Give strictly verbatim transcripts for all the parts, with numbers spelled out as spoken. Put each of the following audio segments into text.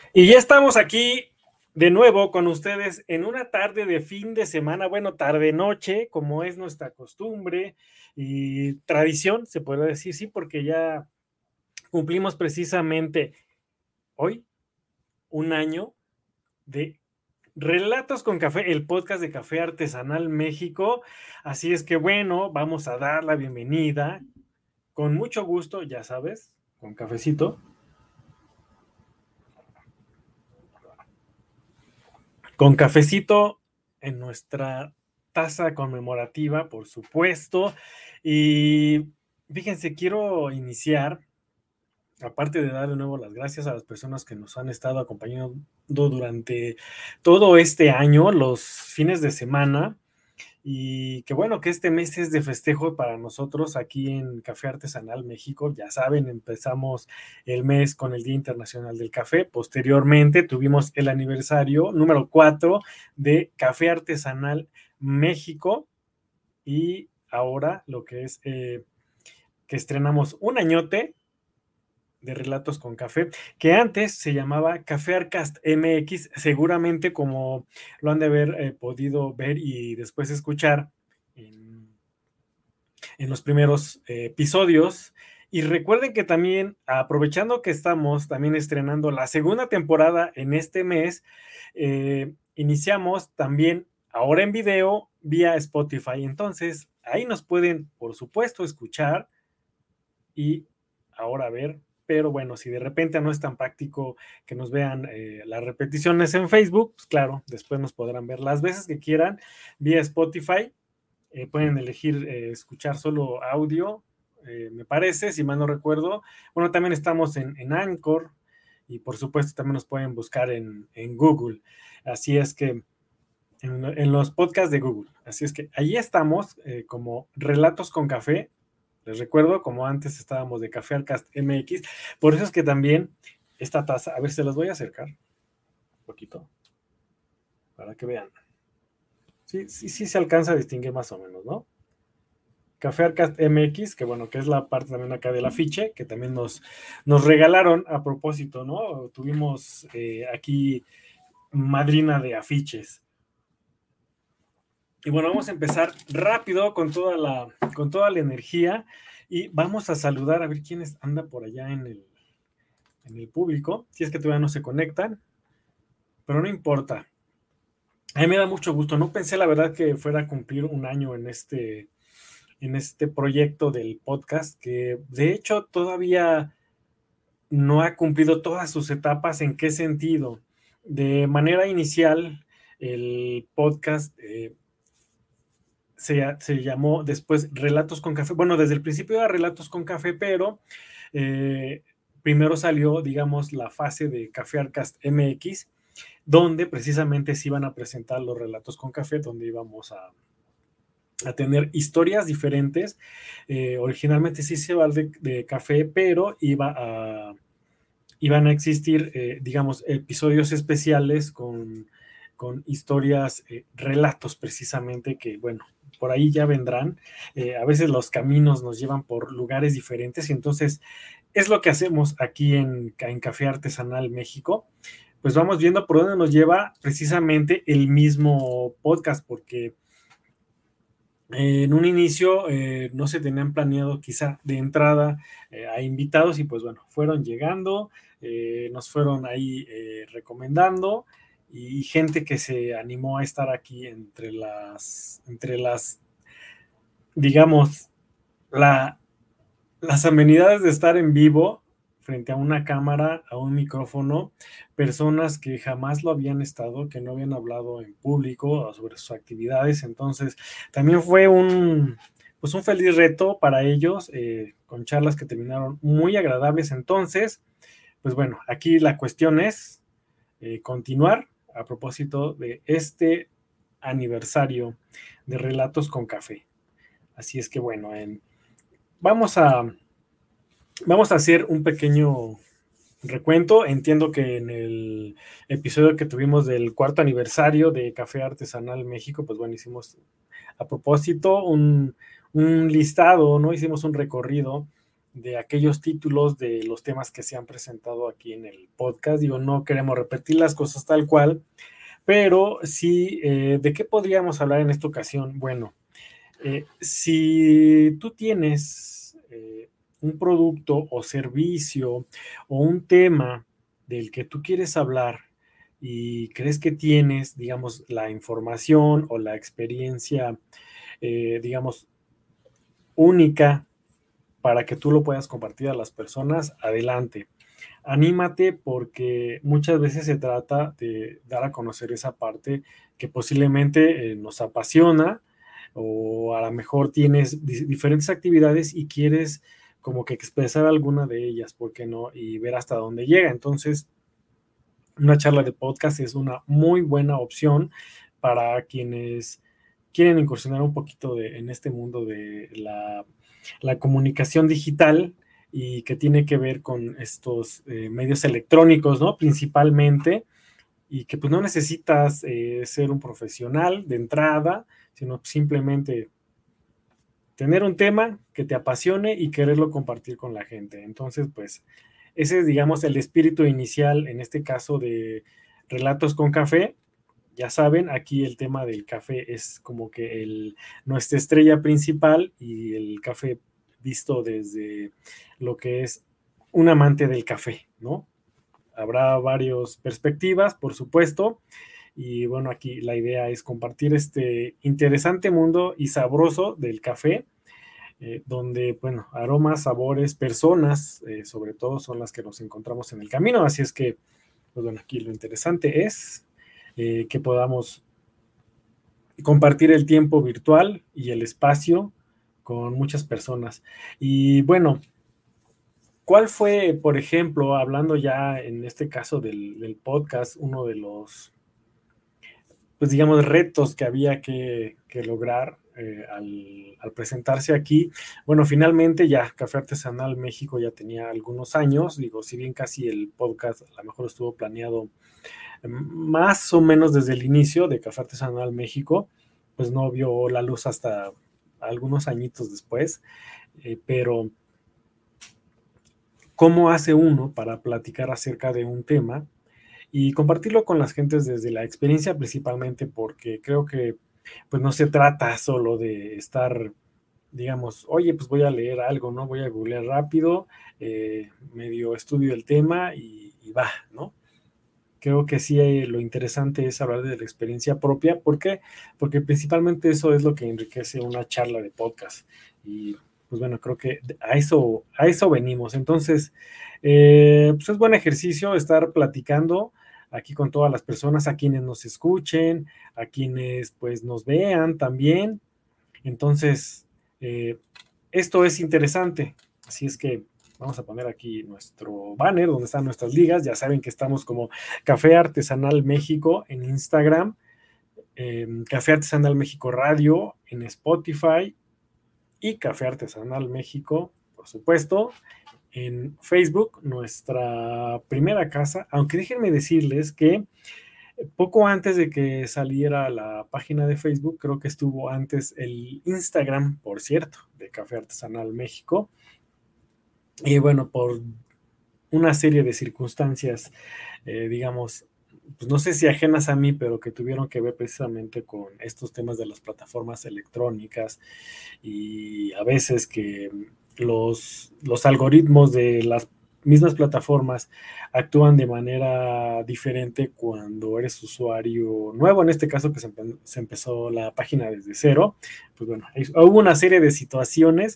Y ya estamos aquí de nuevo con ustedes en una tarde de fin de semana, bueno, tarde-noche, como es nuestra costumbre y tradición, se puede decir, sí, porque ya cumplimos precisamente hoy un año de Relatos con Café, el podcast de Café Artesanal México. Así es que bueno, vamos a dar la bienvenida con mucho gusto, ya sabes, con cafecito, con cafecito en nuestra taza conmemorativa, por supuesto. Y fíjense, quiero iniciar, aparte de dar de nuevo las gracias a las personas que nos han estado acompañando durante todo este año, los fines de semana, y que bueno, que este mes es de festejo para nosotros aquí en Café Artesanal México. Ya saben, empezamos el mes con el Día Internacional del Café. Posteriormente tuvimos el aniversario número cuatro de Café Artesanal México. Y ahora lo que es eh, que estrenamos un añote de Relatos con Café, que antes se llamaba Café Arcast M X, seguramente como lo han de haber eh, podido ver y después escuchar en, en los primeros eh, episodios. Y recuerden que también, aprovechando que estamos también estrenando la segunda temporada en este mes, eh, iniciamos también ahora en video vía Spotify. Entonces, ahí nos pueden, por supuesto, escuchar y ahora ver. Pero bueno, si de repente no es tan práctico que nos vean eh, las repeticiones en Facebook, pues claro, después nos podrán ver las veces que quieran vía Spotify. Eh, pueden elegir eh, escuchar solo audio, eh, me parece, si mal no recuerdo. Bueno, también estamos en, en Anchor y por supuesto también nos pueden buscar en, en Google. Así es que en, en, los podcasts de Google. Así es que ahí estamos eh, como Relatos con Café. Les recuerdo, como antes estábamos de Café Arcast M X, por eso es que también esta taza, a ver, se las voy a acercar un poquito para que vean. Sí, sí, sí se alcanza a distinguir más o menos, ¿no? Café Arcast M X, que bueno, que es la parte también acá del afiche, que también nos, nos regalaron a propósito, ¿no? Tuvimos eh, aquí madrina de afiches. Y bueno, vamos a empezar rápido con toda la, con toda la energía y vamos a saludar a ver quiénes anda por allá en el, en el público, si es que todavía no se conectan, pero no importa. A mí me da mucho gusto. No pensé, la verdad, que fuera a cumplir un año en este, en este proyecto del podcast, que de hecho todavía no ha cumplido todas sus etapas. ¿En qué sentido? De manera inicial, el podcast eh, se, se, llamó después Relatos con Café. Bueno, desde el principio era Relatos con Café, pero eh, primero salió, digamos, la fase de Café Arcast M X, donde precisamente se iban a presentar los Relatos con Café, donde íbamos a, a tener historias diferentes. Eh, originalmente sí se va de, de café, pero iba a, iban a existir, eh, digamos, episodios especiales con, con historias, eh, relatos precisamente que, bueno, por ahí ya vendrán. Eh, a veces los caminos nos llevan por lugares diferentes y entonces es lo que hacemos aquí en, en Café Artesanal México. Pues vamos viendo por dónde nos lleva precisamente el mismo podcast, porque eh, en un inicio eh, no se tenían planeado quizá de entrada eh, a invitados y pues bueno, fueron llegando, eh, nos fueron ahí eh, recomendando y gente que se animó a estar aquí entre las, entre las, digamos, la, las amenidades de estar en vivo frente a una cámara, a un micrófono, personas que jamás lo habían estado, que no habían hablado en público sobre sus actividades. Entonces, también fue un, pues un feliz reto para ellos, eh, con charlas que terminaron muy agradables. Entonces, pues bueno, aquí la cuestión es eh, continuar a propósito de este aniversario de Relatos con Café. Así es que bueno, en, vamos a Vamos a hacer un pequeño recuento. Entiendo que en el episodio que tuvimos del cuarto aniversario de Café Artesanal México, pues bueno, hicimos a propósito un, un listado, ¿no? Hicimos un recorrido de aquellos títulos de los temas que se han presentado aquí en el podcast. Digo, no queremos repetir las cosas tal cual, pero sí, eh, ¿de qué podríamos hablar en esta ocasión? Bueno, eh, si tú tienes eh, un producto o servicio o un tema del que tú quieres hablar y crees que tienes, digamos, la información o la experiencia, eh, digamos, única para que tú lo puedas compartir a las personas, adelante. Anímate porque muchas veces se trata de dar a conocer esa parte que posiblemente eh, nos apasiona, o a lo mejor tienes di- diferentes actividades y quieres como que expresar alguna de ellas, ¿por qué no? Y ver hasta dónde llega. Entonces, una charla de podcast es una muy buena opción para quienes quieren incursionar un poquito de, en este mundo de la, la comunicación digital y que tiene que ver con estos eh, medios electrónicos, ¿no? Principalmente, y que pues no necesitas eh, ser un profesional de entrada, sino simplemente tener un tema que te apasione y quererlo compartir con la gente. Entonces, pues, ese es, digamos, el espíritu inicial, en este caso de Relatos con Café. Ya saben, aquí el tema del café es como que el, nuestra estrella principal y el café visto desde lo que es un amante del café, ¿no? Habrá varias perspectivas, por supuesto, y bueno, aquí la idea es compartir este interesante mundo y sabroso del café, eh, donde, bueno, aromas, sabores, personas, eh, sobre todo son las que nos encontramos en el camino. Así es que, pues bueno, aquí lo interesante es eh, que podamos compartir el tiempo virtual y el espacio con muchas personas. Y bueno, ¿cuál fue, por ejemplo, hablando ya en este caso del, del podcast, uno de los, pues digamos, retos que había que, que lograr eh, al, al, presentarse aquí? Bueno, finalmente ya Café Artesanal México ya tenía algunos años, digo, si bien casi el podcast a lo mejor estuvo planeado más o menos desde el inicio de Café Artesanal México, pues no vio la luz hasta algunos añitos después, eh, pero ¿cómo hace uno para platicar acerca de un tema y compartirlo con las gentes desde la experiencia, principalmente porque creo que pues no se trata solo de estar, digamos, oye, pues voy a leer algo, ¿no? Voy a googlear rápido, eh, medio estudio el tema y, y va, ¿no? Creo que sí, eh, lo interesante es hablar de la experiencia propia. ¿Por qué? Porque principalmente eso es lo que enriquece una charla de podcast. Y pues bueno, creo que a eso, a eso venimos. Entonces, eh, pues es buen ejercicio estar platicando aquí con todas las personas, a quienes nos escuchen, a quienes pues nos vean también. Entonces, eh, esto es interesante. Así es que vamos a poner aquí nuestro banner donde están nuestras ligas. Ya saben que estamos como Café Artesanal México en Instagram, eh, Café Artesanal México Radio en Spotify y Café Artesanal México, por supuesto, en Facebook, nuestra primera casa. Aunque déjenme decirles que poco antes de que saliera la página de Facebook, creo que estuvo antes el Instagram, por cierto, de Café Artesanal México. Y bueno, por una serie de circunstancias, eh, digamos, pues no sé si ajenas a mí, pero que tuvieron que ver precisamente con estos temas de las plataformas electrónicas y a veces que los, los algoritmos de las mismas plataformas actúan de manera diferente cuando eres usuario nuevo, en este caso que se, empe se empezó la página desde cero. Pues bueno, hubo una serie de situaciones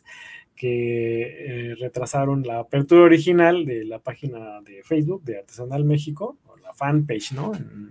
que eh, retrasaron la apertura original de la página de Facebook de Artesanal México, o la fanpage, ¿no?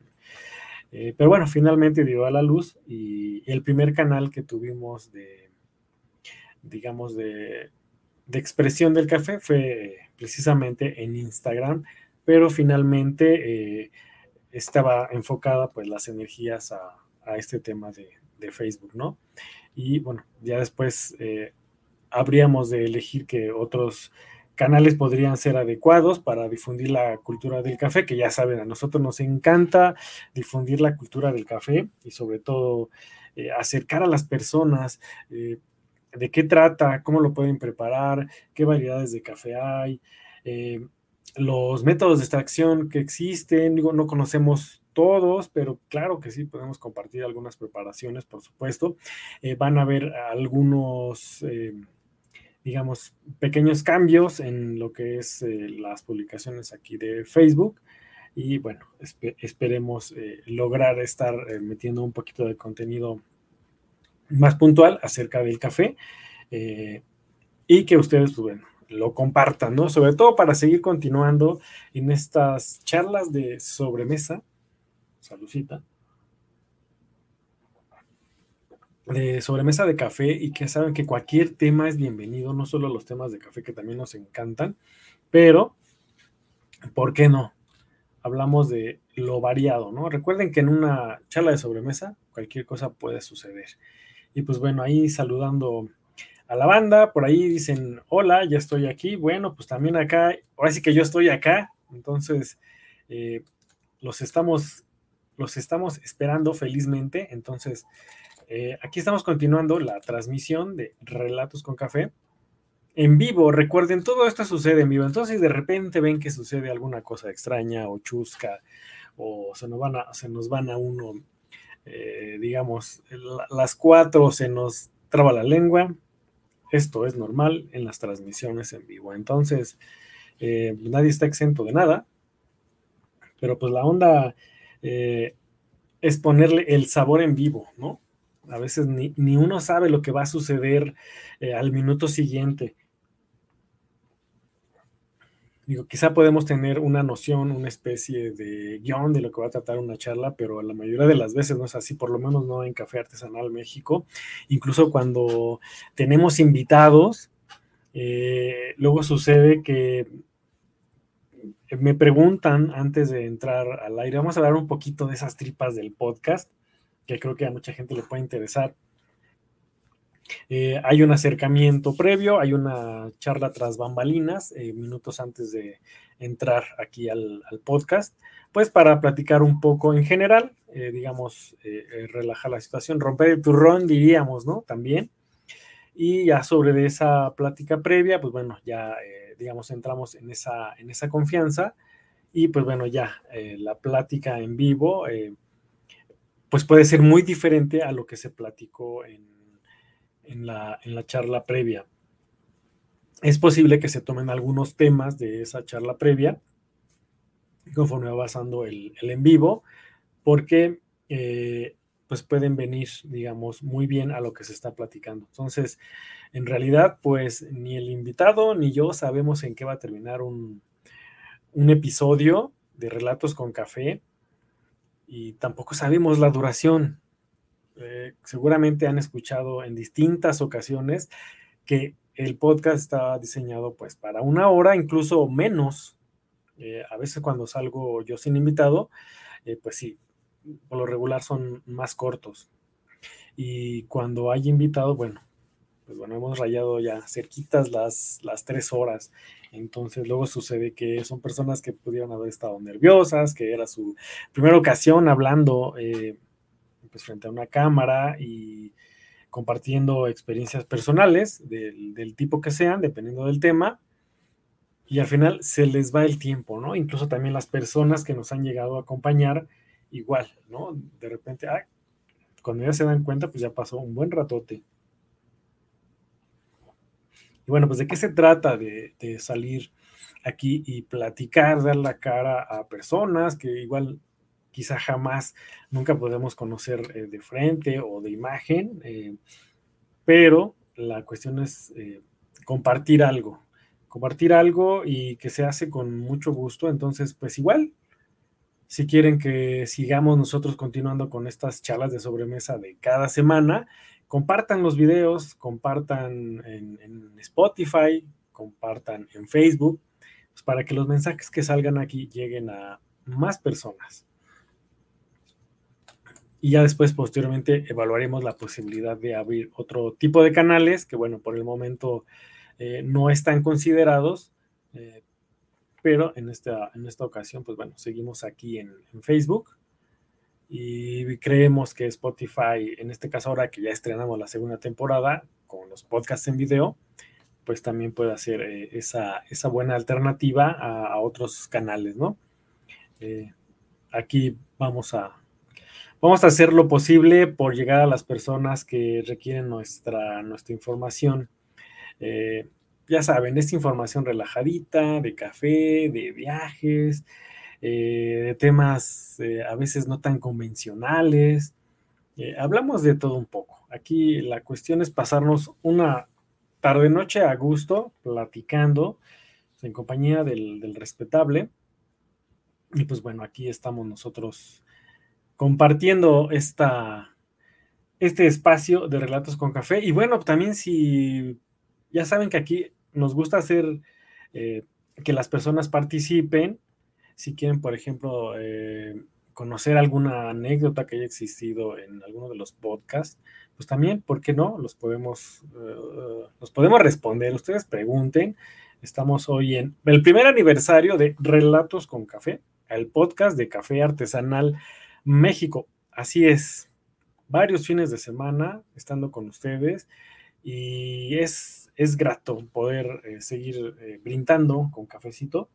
Eh, pero bueno, finalmente dio a la luz y el primer canal que tuvimos de, digamos, de, de expresión del café fue precisamente en Instagram, pero finalmente eh, estaba enfocada pues las energías a, a este tema de, de, Facebook, ¿no? Y bueno, ya después eh, habríamos de elegir que otros canales podrían ser adecuados para difundir la cultura del café, que ya saben, a nosotros nos encanta difundir la cultura del café y sobre todo eh, acercar a las personas, eh, de qué trata, cómo lo pueden preparar, qué variedades de café hay, eh, los métodos de extracción que existen. Digo, no conocemos todos, pero claro que sí podemos compartir algunas preparaciones, por supuesto. Eh, van a haber algunos, eh, digamos, pequeños cambios en lo que es eh, las publicaciones aquí de Facebook. Y bueno, esp esperemos eh, lograr estar eh, metiendo un poquito de contenido más puntual acerca del café, eh, y que ustedes, pues bueno, lo compartan, ¿no? Sobre todo para seguir continuando en estas charlas de sobremesa, saludcita, de sobremesa de café, y que saben que cualquier tema es bienvenido, no solo los temas de café que también nos encantan, pero, ¿por qué no? Hablamos de lo variado, ¿no? Recuerden que en una charla de sobremesa cualquier cosa puede suceder. Y pues bueno, ahí saludando a la banda, por ahí dicen, hola, ya estoy aquí. Bueno, pues también acá, ahora sí que yo estoy acá, entonces eh, los estamos, los estamos esperando felizmente. Entonces, eh, aquí estamos continuando la transmisión de Relatos con Café en vivo. Recuerden, todo esto sucede en vivo, entonces de repente ven que sucede alguna cosa extraña o chusca, o se nos van a, se nos van a uno, eh, digamos, la, las cuatro, se nos traba la lengua. Esto es normal en las transmisiones en vivo. Entonces, eh, nadie está exento de nada, pero pues la onda eh, es ponerle el sabor en vivo, ¿no? A veces ni, ni uno sabe lo que va a suceder eh, al minuto siguiente. Digo, quizá podemos tener una noción, una especie de guión de lo que va a tratar una charla, pero la mayoría de las veces no es así, por lo menos no en Café Artesanal México. Incluso cuando tenemos invitados, eh, luego sucede que me preguntan antes de entrar al aire, vamos a hablar un poquito de esas tripas del podcast, que creo que a mucha gente le puede interesar. Eh, hay un acercamiento previo, hay una charla tras bambalinas, eh, minutos antes de entrar aquí al, al, podcast, pues para platicar un poco en general, eh, digamos, eh, eh, relajar la situación, romper el turrón, diríamos, ¿no? También. Y ya sobre esa plática previa, pues bueno, ya, eh, digamos, entramos en esa, en esa confianza. Y pues bueno, ya eh, la plática en vivo, eh, pues puede ser muy diferente a lo que se platicó en, en, la, en la charla previa. Es posible que se tomen algunos temas de esa charla previa conforme va pasando el, el en vivo, porque eh, pues pueden venir, digamos, muy bien a lo que se está platicando. Entonces, en realidad, pues ni el invitado ni yo sabemos en qué va a terminar un, un episodio de Relatos con Café, y tampoco sabemos la duración. Eh, seguramente han escuchado en distintas ocasiones que el podcast está diseñado pues para una hora, incluso menos. Eh, a veces cuando salgo yo sin invitado, eh, pues sí, por lo regular son más cortos. Y cuando hay invitado, bueno, pues bueno, hemos rayado ya cerquitas las, las tres horas. Entonces luego sucede que son personas que pudieron haber estado nerviosas, que era su primera ocasión hablando eh, pues frente a una cámara y compartiendo experiencias personales del, del tipo que sean, dependiendo del tema, y al final se les va el tiempo, ¿no? Incluso también las personas que nos han llegado a acompañar, igual, ¿no? De repente, ah, cuando ya se dan cuenta, pues ya pasó un buen ratote. Y bueno, pues ¿de qué se trata? De, de salir aquí y platicar, dar la cara a personas que igual quizá jamás, nunca podemos conocer eh, de frente o de imagen, eh, pero la cuestión es eh, compartir algo, compartir algo y que se hace con mucho gusto. Entonces, pues igual, si quieren que sigamos nosotros continuando con estas charlas de sobremesa de cada semana, compartan los videos, compartan en, en Spotify, compartan en Facebook, pues para que los mensajes que salgan aquí lleguen a más personas. Y ya después, posteriormente, evaluaremos la posibilidad de abrir otro tipo de canales que, bueno, por el momento eh, no están considerados, eh, pero en esta, en esta ocasión, pues bueno, seguimos aquí en, en Facebook, y creemos que Spotify, en este caso ahora que ya estrenamos la segunda temporada, con los podcasts en video, pues también puede ser eh, esa, esa buena alternativa a, a otros canales, ¿no? Eh, aquí vamos a, vamos a hacer lo posible por llegar a las personas que requieren nuestra, nuestra información. Eh, ya saben, esta información relajadita, de café, de viajes, eh, de temas eh, a veces no tan convencionales. Eh, hablamos de todo un poco. Aquí la cuestión es pasarnos una tarde-noche a gusto, platicando, en compañía del, del respetable. Y pues bueno, aquí estamos nosotros compartiendo esta, este espacio de Relatos con Café. Y bueno, también si ya saben que aquí nos gusta hacer eh, que las personas participen, si quieren, por ejemplo, eh, conocer alguna anécdota que haya existido en alguno de los podcasts, pues también, ¿por qué no? Los podemos, uh, los podemos responder. Ustedes pregunten. Estamos hoy en el primer aniversario de Relatos con Café, el podcast de Café Artesanal México. Así es, varios fines de semana estando con ustedes y es, es grato poder eh, seguir eh, brindando con cafecito.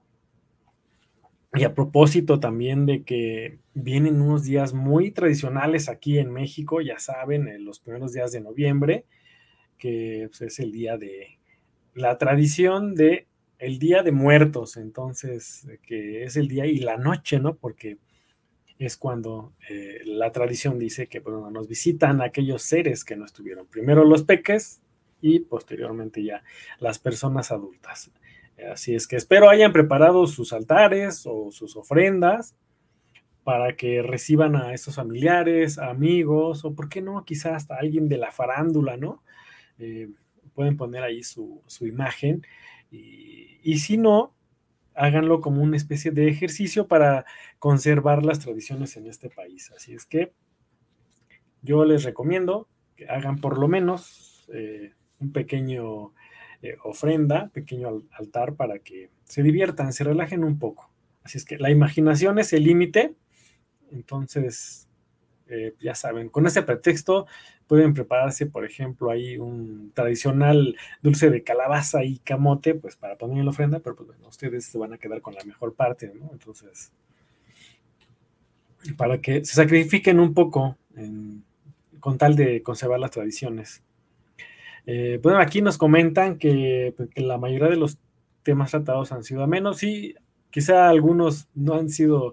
Y a propósito también de que vienen unos días muy tradicionales aquí en México, ya saben, en los primeros días de noviembre, que pues, es el día de la tradición de el Día de Muertos, entonces, que es el día y la noche, ¿no? Porque es cuando eh, la tradición dice que bueno, nos visitan aquellos seres que no estuvieron. Primero los peques y posteriormente ya las personas adultas. Así es que espero hayan preparado sus altares o sus ofrendas para que reciban a esos familiares, amigos, o por qué no, quizás hasta alguien de la farándula, ¿no? Eh, pueden poner ahí su, su imagen y, y si no, háganlo como una especie de ejercicio para conservar las tradiciones en este país. Así es que yo les recomiendo que hagan por lo menos eh, un pequeño eh, ofrenda, pequeño altar para que se diviertan, se relajen un poco. Así es que la imaginación es el límite, entonces eh, ya saben, con ese pretexto pueden prepararse, por ejemplo, ahí un tradicional dulce de calabaza y camote, pues para poner en la ofrenda, pero pues bueno, ustedes se van a quedar con la mejor parte, ¿no? Entonces, para que se sacrifiquen un poco en, con tal de conservar las tradiciones. Eh, bueno, aquí nos comentan que, que la mayoría de los temas tratados han sido amenos y quizá algunos no han sido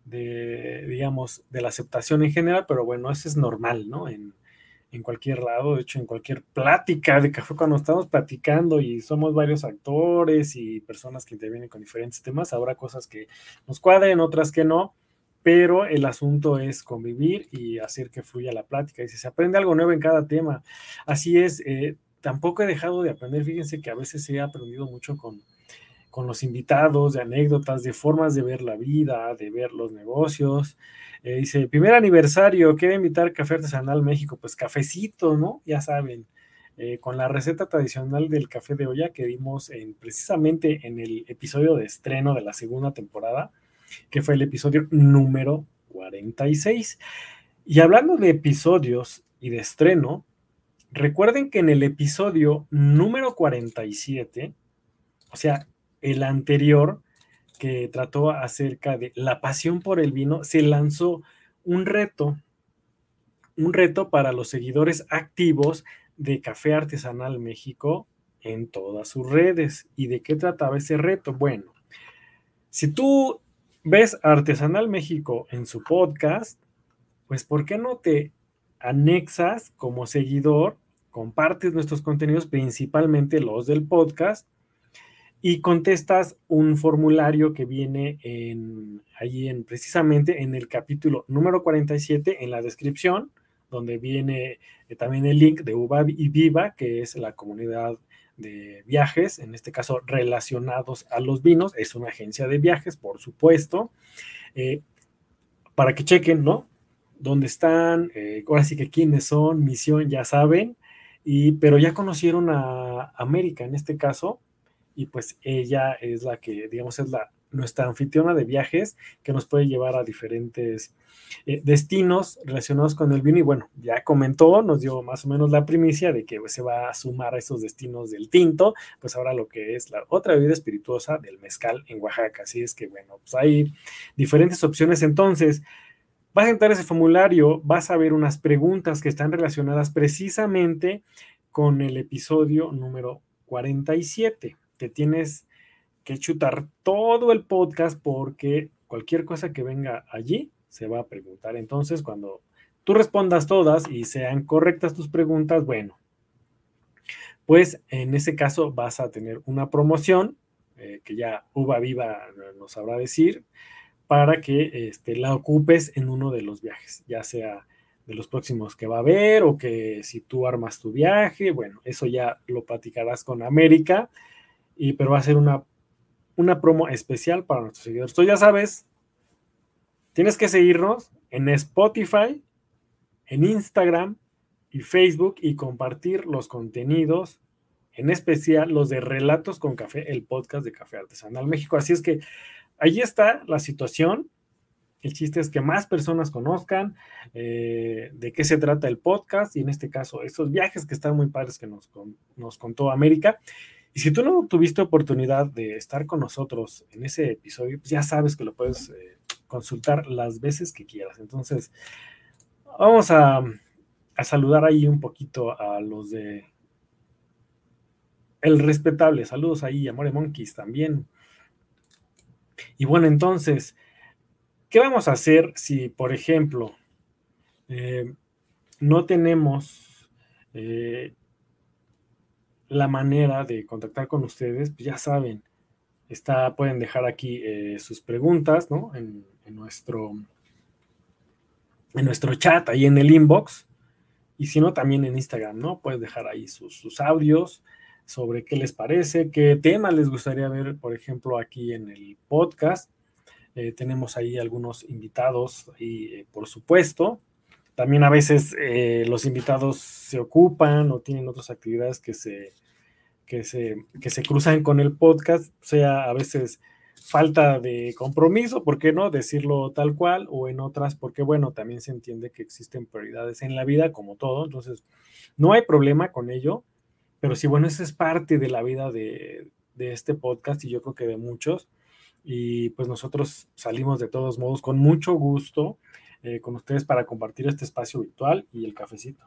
de, digamos, de la aceptación en general, pero bueno, eso es normal, ¿no? En, en cualquier lado, de hecho, en cualquier plática de café, cuando estamos platicando y somos varios actores y personas que intervienen con diferentes temas, habrá cosas que nos cuadren, otras que no, pero el asunto es convivir y hacer que fluya la plática. Y si se aprende algo nuevo en cada tema, así es. Eh, tampoco he dejado de aprender, fíjense que a veces he aprendido mucho con, con los invitados, de anécdotas, de formas de ver la vida, de ver los negocios. Eh, dice, primer aniversario, quiero invitar Café Artesanal México, pues cafecito, ¿no? Ya saben, eh, con la receta tradicional del café de olla que dimos en, precisamente en el episodio de estreno de la segunda temporada, que fue el episodio número cuarenta y seis. Y hablando de episodios y de estreno, recuerden que en el episodio número cuarenta y siete, o sea, el anterior, que trató acerca de la pasión por el vino, se lanzó un reto, un reto para los seguidores activos de Café Artesanal México en todas sus redes. ¿Y de qué trataba ese reto? Bueno, si tú ves Artesanal México en su podcast, pues ¿por qué no te anexas como seguidor, compartes nuestros contenidos, principalmente los del podcast, y contestas un formulario que viene en, ahí en, precisamente en el capítulo número cuarenta y siete, en la descripción, donde viene eh, también el link de Uva y Viva, que es la comunidad de viajes, en este caso relacionados a los vinos, es una agencia de viajes, por supuesto, eh, para que chequen, ¿no? Dónde están, eh, ahora sí que quiénes son, misión, ya saben, y, pero ya conocieron a América en este caso, y pues ella es la que, digamos, es la nuestra anfitriona de viajes que nos puede llevar a diferentes eh, destinos relacionados con el vino. Y bueno, ya comentó, nos dio más o menos la primicia de que pues, se va a sumar a esos destinos del tinto, pues ahora lo que es la otra bebida espirituosa del mezcal en Oaxaca. Así es que bueno, pues hay diferentes opciones. Entonces, vas a entrar a ese formulario, vas a ver unas preguntas que están relacionadas precisamente con el episodio número cuarenta y siete. Te tienes que chutar todo el podcast porque cualquier cosa que venga allí se va a preguntar. Entonces, cuando tú respondas todas y sean correctas tus preguntas, bueno, pues en ese caso vas a tener una promoción eh, que ya Uva Viva nos sabrá decir, para que este, la ocupes en uno de los viajes, ya sea de los próximos que va a haber o que si tú armas tu viaje, bueno, eso ya lo platicarás con América, y, pero va a ser una, una promo especial para nuestros seguidores. Tú ya sabes, tienes que seguirnos en Spotify, en Instagram y Facebook y compartir los contenidos, en especial los de Relatos con Café, el podcast de Café Artesanal México. Así es que ahí está la situación. El chiste es que más personas conozcan eh, de qué se trata el podcast y en este caso esos viajes que están muy padres que nos, nos contó América. Y si tú no tuviste oportunidad de estar con nosotros en ese episodio, pues ya sabes que lo puedes eh, consultar las veces que quieras. Entonces, vamos a, a saludar ahí un poquito a los de El Respetable. Saludos ahí a More Monkeys también. Y bueno, entonces, ¿qué vamos a hacer si, por ejemplo, eh, no tenemos eh, la manera de contactar con ustedes? Pues ya saben, está, pueden dejar aquí eh, sus preguntas, ¿no? En, en, nuestro, en nuestro chat, ahí en el inbox, y si no, también en Instagram, ¿no? Puedes dejar ahí sus, sus audios sobre qué les parece, qué tema les gustaría ver, por ejemplo, aquí en el podcast. Eh, tenemos ahí algunos invitados, y eh, por supuesto, también a veces eh, los invitados se ocupan o tienen otras actividades que se, que, se, que se cruzan con el podcast, o sea, a veces falta de compromiso, ¿por qué no? Decirlo tal cual, o en otras, porque bueno, también se entiende que existen prioridades en la vida, como todo, entonces no hay problema con ello, pero sí, bueno, esa es parte de la vida de, de este podcast y yo creo que de muchos. Y pues nosotros salimos de todos modos con mucho gusto eh, con ustedes para compartir este espacio virtual y el cafecito.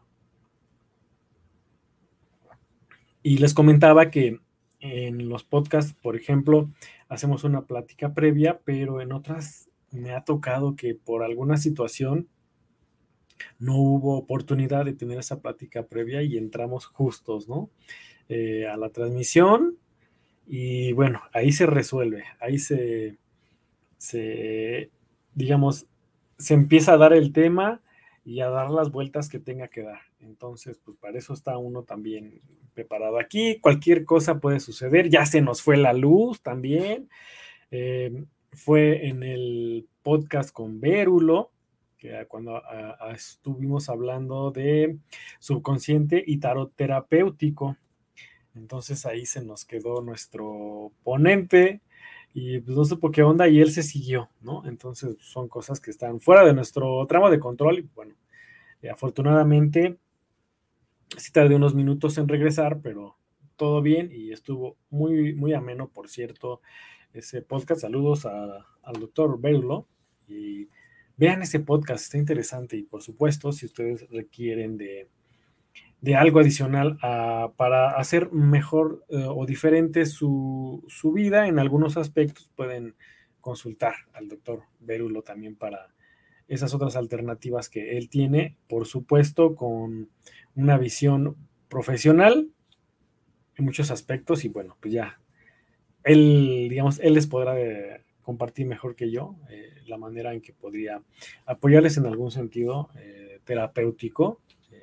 Y les comentaba que en los podcasts, por ejemplo, hacemos una plática previa, pero en otras me ha tocado que por alguna situación no hubo oportunidad de tener esa plática previa y entramos justos, ¿no? Eh, a la transmisión. Y bueno, ahí se resuelve, ahí se, se, digamos, se empieza a dar el tema y a dar las vueltas que tenga que dar. Entonces, pues para eso está uno también preparado aquí. Cualquier cosa puede suceder. Ya se nos fue la luz también. Eh, fue en el podcast con Vérulo, que cuando a, a, estuvimos hablando de subconsciente y tarot terapéutico. Entonces ahí se nos quedó nuestro ponente y pues no supo qué onda y él se siguió, ¿no? Entonces son cosas que están fuera de nuestro tramo de control y bueno, eh, afortunadamente sí tardé unos minutos en regresar, pero todo bien y estuvo muy, muy ameno, por cierto, ese podcast. Saludos a, al doctor Bérulo y vean ese podcast, está interesante y por supuesto, si ustedes requieren de de algo adicional a, para hacer mejor eh, o diferente su, su vida en algunos aspectos, pueden consultar al doctor Bérulo también para esas otras alternativas que él tiene, por supuesto, con una visión profesional en muchos aspectos y bueno, pues ya, él, digamos, él les podrá eh, compartir mejor que yo eh, la manera en que podría apoyarles en algún sentido eh, terapéutico.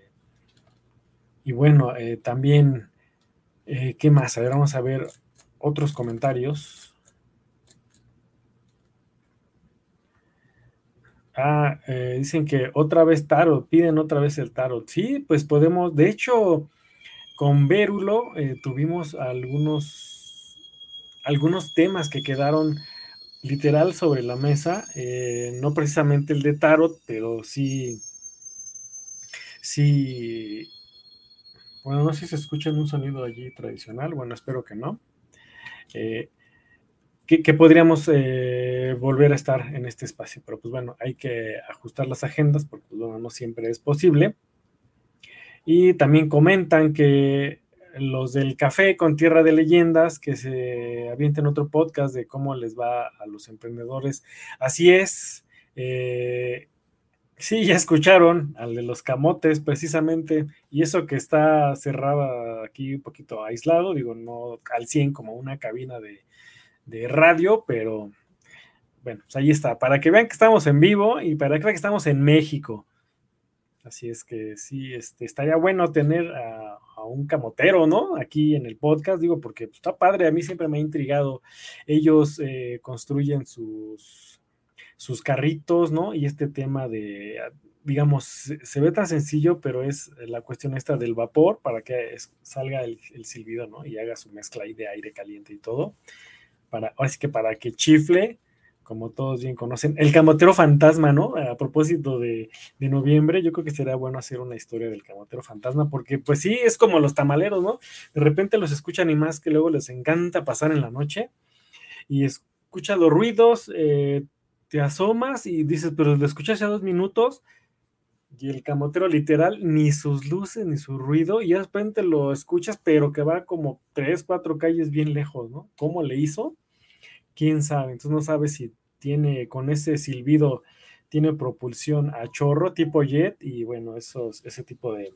Y bueno, eh, también, eh, ¿qué más? A ver, vamos a ver otros comentarios. Ah, eh, dicen que otra vez tarot, piden otra vez el tarot. Sí, pues podemos, de hecho, con Vérulo eh, tuvimos algunos, algunos temas que quedaron literal sobre la mesa, eh, no precisamente el de tarot, pero sí, sí, bueno, no sé si se escucha un sonido allí tradicional, bueno, espero que no, eh, que, que, podríamos eh, volver a estar en este espacio, pero pues bueno, hay que ajustar las agendas porque pues, bueno, no siempre es posible. Y también comentan que los del Café con Tierra de Leyendas, que se avienten otro podcast de cómo les va a los emprendedores. Así es. Eh, sí, ya escucharon al de los camotes precisamente, y eso que está cerrada aquí un poquito aislado, digo, no al cien como una cabina de, de radio, pero bueno, pues ahí está, para que vean que estamos en vivo y para que vean que estamos en México. Así es que sí, este, estaría bueno tener a, a un camotero, ¿no? Aquí en el podcast, digo, porque pues, está padre, a mí siempre me ha intrigado. Ellos eh, construyen sus, sus carritos, ¿no? Y este tema de, digamos, se, se ve tan sencillo, pero es la cuestión esta del vapor para que es, salga el, el silbido, ¿no? Y haga su mezcla ahí de aire caliente y todo. Para, ahora sí que para que chifle, como todos bien conocen, el camotero fantasma, ¿no? A propósito de, de noviembre, yo creo que sería bueno hacer una historia del camotero fantasma, porque pues sí, es como los tamaleros, ¿no? De repente los escuchan y más que luego les encanta pasar en la noche y escuchas los ruidos, eh, te asomas y dices, pero lo escuché hace dos minutos y el camotero literal, ni sus luces, ni su ruido, y de repente lo escuchas, pero que va como tres, cuatro calles bien lejos, ¿no? ¿Cómo le hizo? Quién sabe, entonces no sabes si tiene con ese silbido, tiene propulsión a chorro tipo jet y bueno, esos, ese tipo de,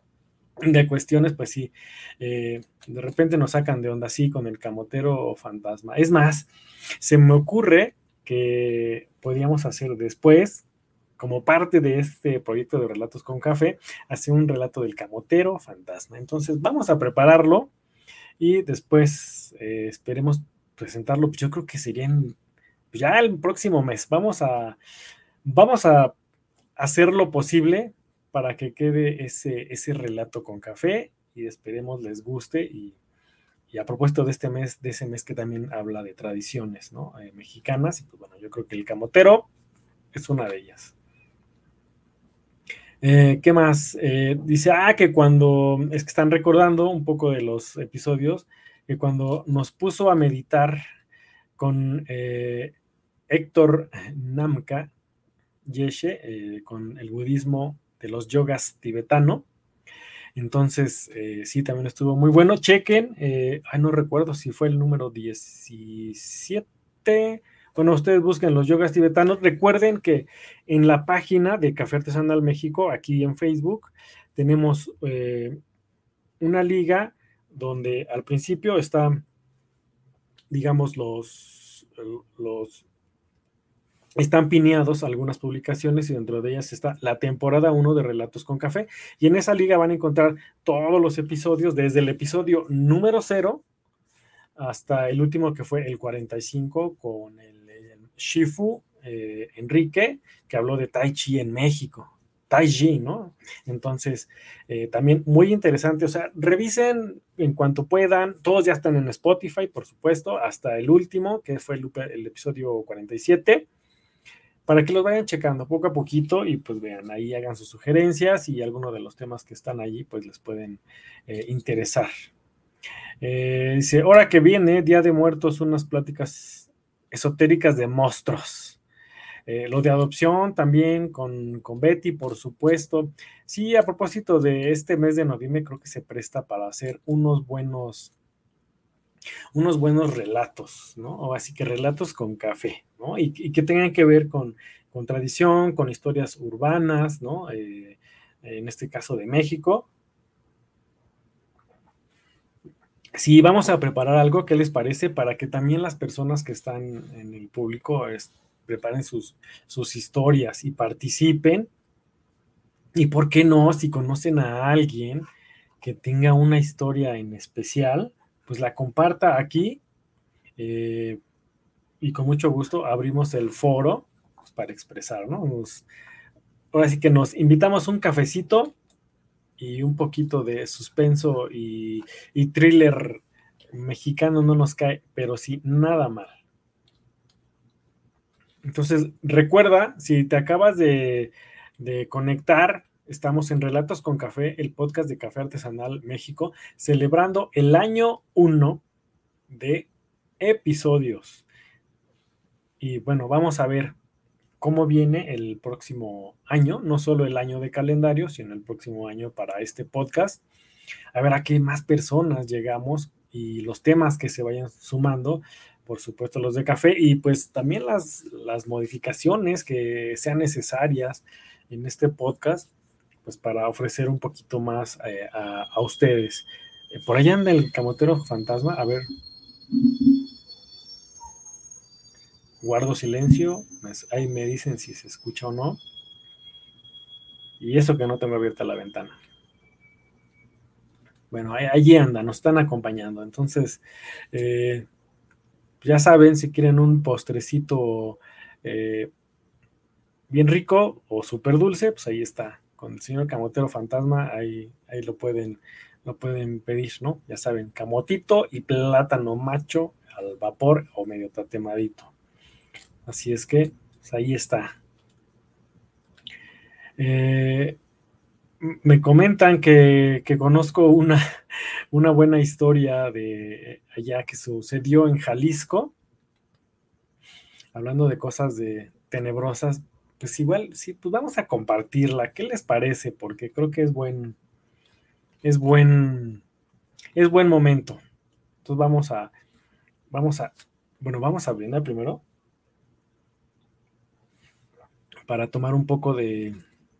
de cuestiones, pues sí, eh, de repente nos sacan de onda así con el camotero fantasma. Es más, se me ocurre que podríamos hacer después, como parte de este proyecto de Relatos con Café, hacer un relato del camotero fantasma. Entonces vamos a prepararlo y después eh, esperemos presentarlo, pues yo creo que sería en, pues ya el próximo mes. Vamos a, vamos a hacer lo posible para que quede ese, ese relato con café y esperemos les guste y, y a propósito de este mes, de ese mes que también habla de tradiciones, ¿no? Eh, mexicanas, y pues bueno, yo creo que el camotero es una de ellas. Eh, ¿Qué más? Eh, dice, ah, que cuando, es que están recordando un poco de los episodios, que cuando nos puso a meditar con eh, Héctor Namka Yeshe, eh, con el budismo de los yogas tibetano, entonces eh, sí, también estuvo muy bueno. Chequen, eh, ay, no recuerdo si fue el número diecisiete. Bueno, ustedes busquen los yogas tibetanos. Recuerden que en la página de Café Artesanal México, aquí en Facebook, tenemos eh, una liga donde al principio están, digamos, los, los están pineados algunas publicaciones y dentro de ellas está la temporada uno de Relatos con Café. Y en esa liga van a encontrar todos los episodios, desde el episodio número cero hasta el último que fue el cuarenta y cinco con el, el Shifu eh, Enrique, que habló de Tai Chi en México. Tai Chi, ¿no? Entonces, eh, también muy interesante, o sea, revisen en cuanto puedan, todos ya están en Spotify, por supuesto, hasta el último, que fue el, el episodio cuarenta y siete, para que los vayan checando poco a poquito y pues vean, ahí hagan sus sugerencias y algunos de los temas que están allí pues les pueden eh, interesar. Eh, dice, ahora que viene, Día de Muertos, unas pláticas esotéricas de monstruos. Eh, lo de adopción también con, con Betty, por supuesto. Sí, a propósito de este mes de noviembre, creo que se presta para hacer unos buenos, unos buenos relatos, ¿no? O así que relatos con café, ¿no? Y, y que tengan que ver con, con tradición, con historias urbanas, ¿no? Eh, en este caso de México. Sí, vamos a preparar algo, ¿qué les parece? Para que también las personas que están en el público es, preparen sus, sus historias y participen. Y por qué no, si conocen a alguien que tenga una historia en especial, pues la comparta aquí eh, y con mucho gusto abrimos el foro pues, para expresar, ¿no? Nos, ahora sí que nos invitamos un cafecito y un poquito de suspenso y, y thriller mexicano no nos cae, pero sí, nada mal. Entonces, recuerda, si te acabas de, de conectar, estamos en Relatos con Café, el podcast de Café Artesanal México, celebrando el año uno de episodios. Y bueno, vamos a ver cómo viene el próximo año, no solo el año de calendario, sino el próximo año para este podcast. A ver a qué más personas llegamos y los temas que se vayan sumando, por supuesto los de café, y pues también las, las modificaciones que sean necesarias en este podcast, pues para ofrecer un poquito más eh, a, a ustedes. Eh, por allá anda el camotero fantasma, a ver, guardo silencio, ahí me dicen si se escucha o no, y eso que no tengo abierta la ventana. Bueno, allí anda, nos están acompañando, entonces... Eh, ya saben, si quieren un postrecito eh, bien rico o súper dulce, pues ahí está, con el señor Camotero Fantasma, ahí, ahí lo pueden, lo pueden pedir, ¿no? Ya saben, camotito y plátano macho al vapor o medio tatemadito. Así es que, pues ahí está. Eh, me comentan que, que conozco una, una buena historia de allá que sucedió en Jalisco, hablando de cosas de tenebrosas, pues igual, sí, pues vamos a compartirla. ¿Qué les parece? Porque creo que es buen, es buen, es buen momento. Entonces vamos a, vamos a, bueno, vamos a brindar primero para tomar un poco de,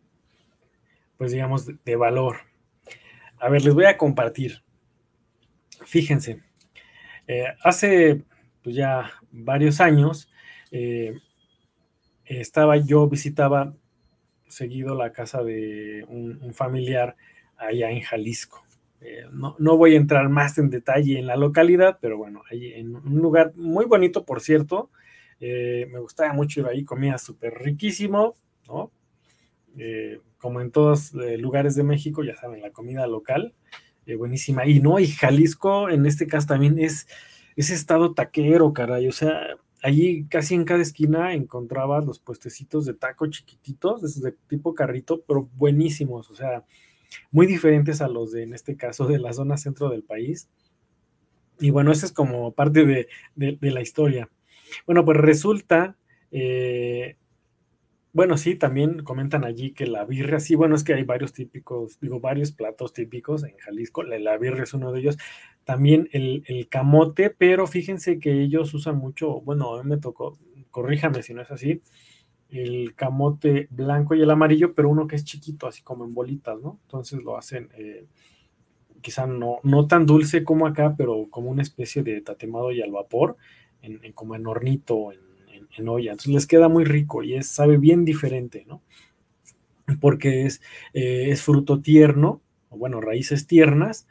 pues digamos, de, de valor. A ver, les voy a compartir. Fíjense, eh, hace pues ya varios años eh, estaba yo, visitaba seguido la casa de un, un familiar allá en Jalisco. Eh, no, no, voy a entrar más en detalle en la localidad, pero bueno, ahí en un lugar muy bonito, por cierto. Eh, me gustaba mucho ir ahí, comía súper riquísimo, ¿no? Eh, como en todos eh, lugares de México, ya saben, la comida local, eh, buenísima. Y no, y Jalisco en este caso también es, es estado taquero, caray, o sea, allí casi en cada esquina encontrabas los puestecitos de taco chiquititos, de, de tipo carrito, pero buenísimos, o sea, muy diferentes a los de, en este caso, de la zona centro del país. Y bueno, esa es como parte de, de, de la historia. Bueno, pues resulta, eh, bueno, sí, también comentan allí que la birria, sí, bueno, es que hay varios típicos, digo, varios platos típicos en Jalisco, la, la birria es uno de ellos, también el, el camote, pero fíjense que ellos usan mucho, bueno, a mí me tocó, corríjame si no es así, el camote blanco y el amarillo, pero uno que es chiquito, así como en bolitas, ¿no? Entonces lo hacen, eh, quizá no, no tan dulce como acá, pero como una especie de tatemado y al vapor, en, en como en hornito, en, en, en olla. Entonces les queda muy rico y es, sabe bien diferente, ¿no? Porque es, eh, es fruto tierno, o bueno, raíces tiernas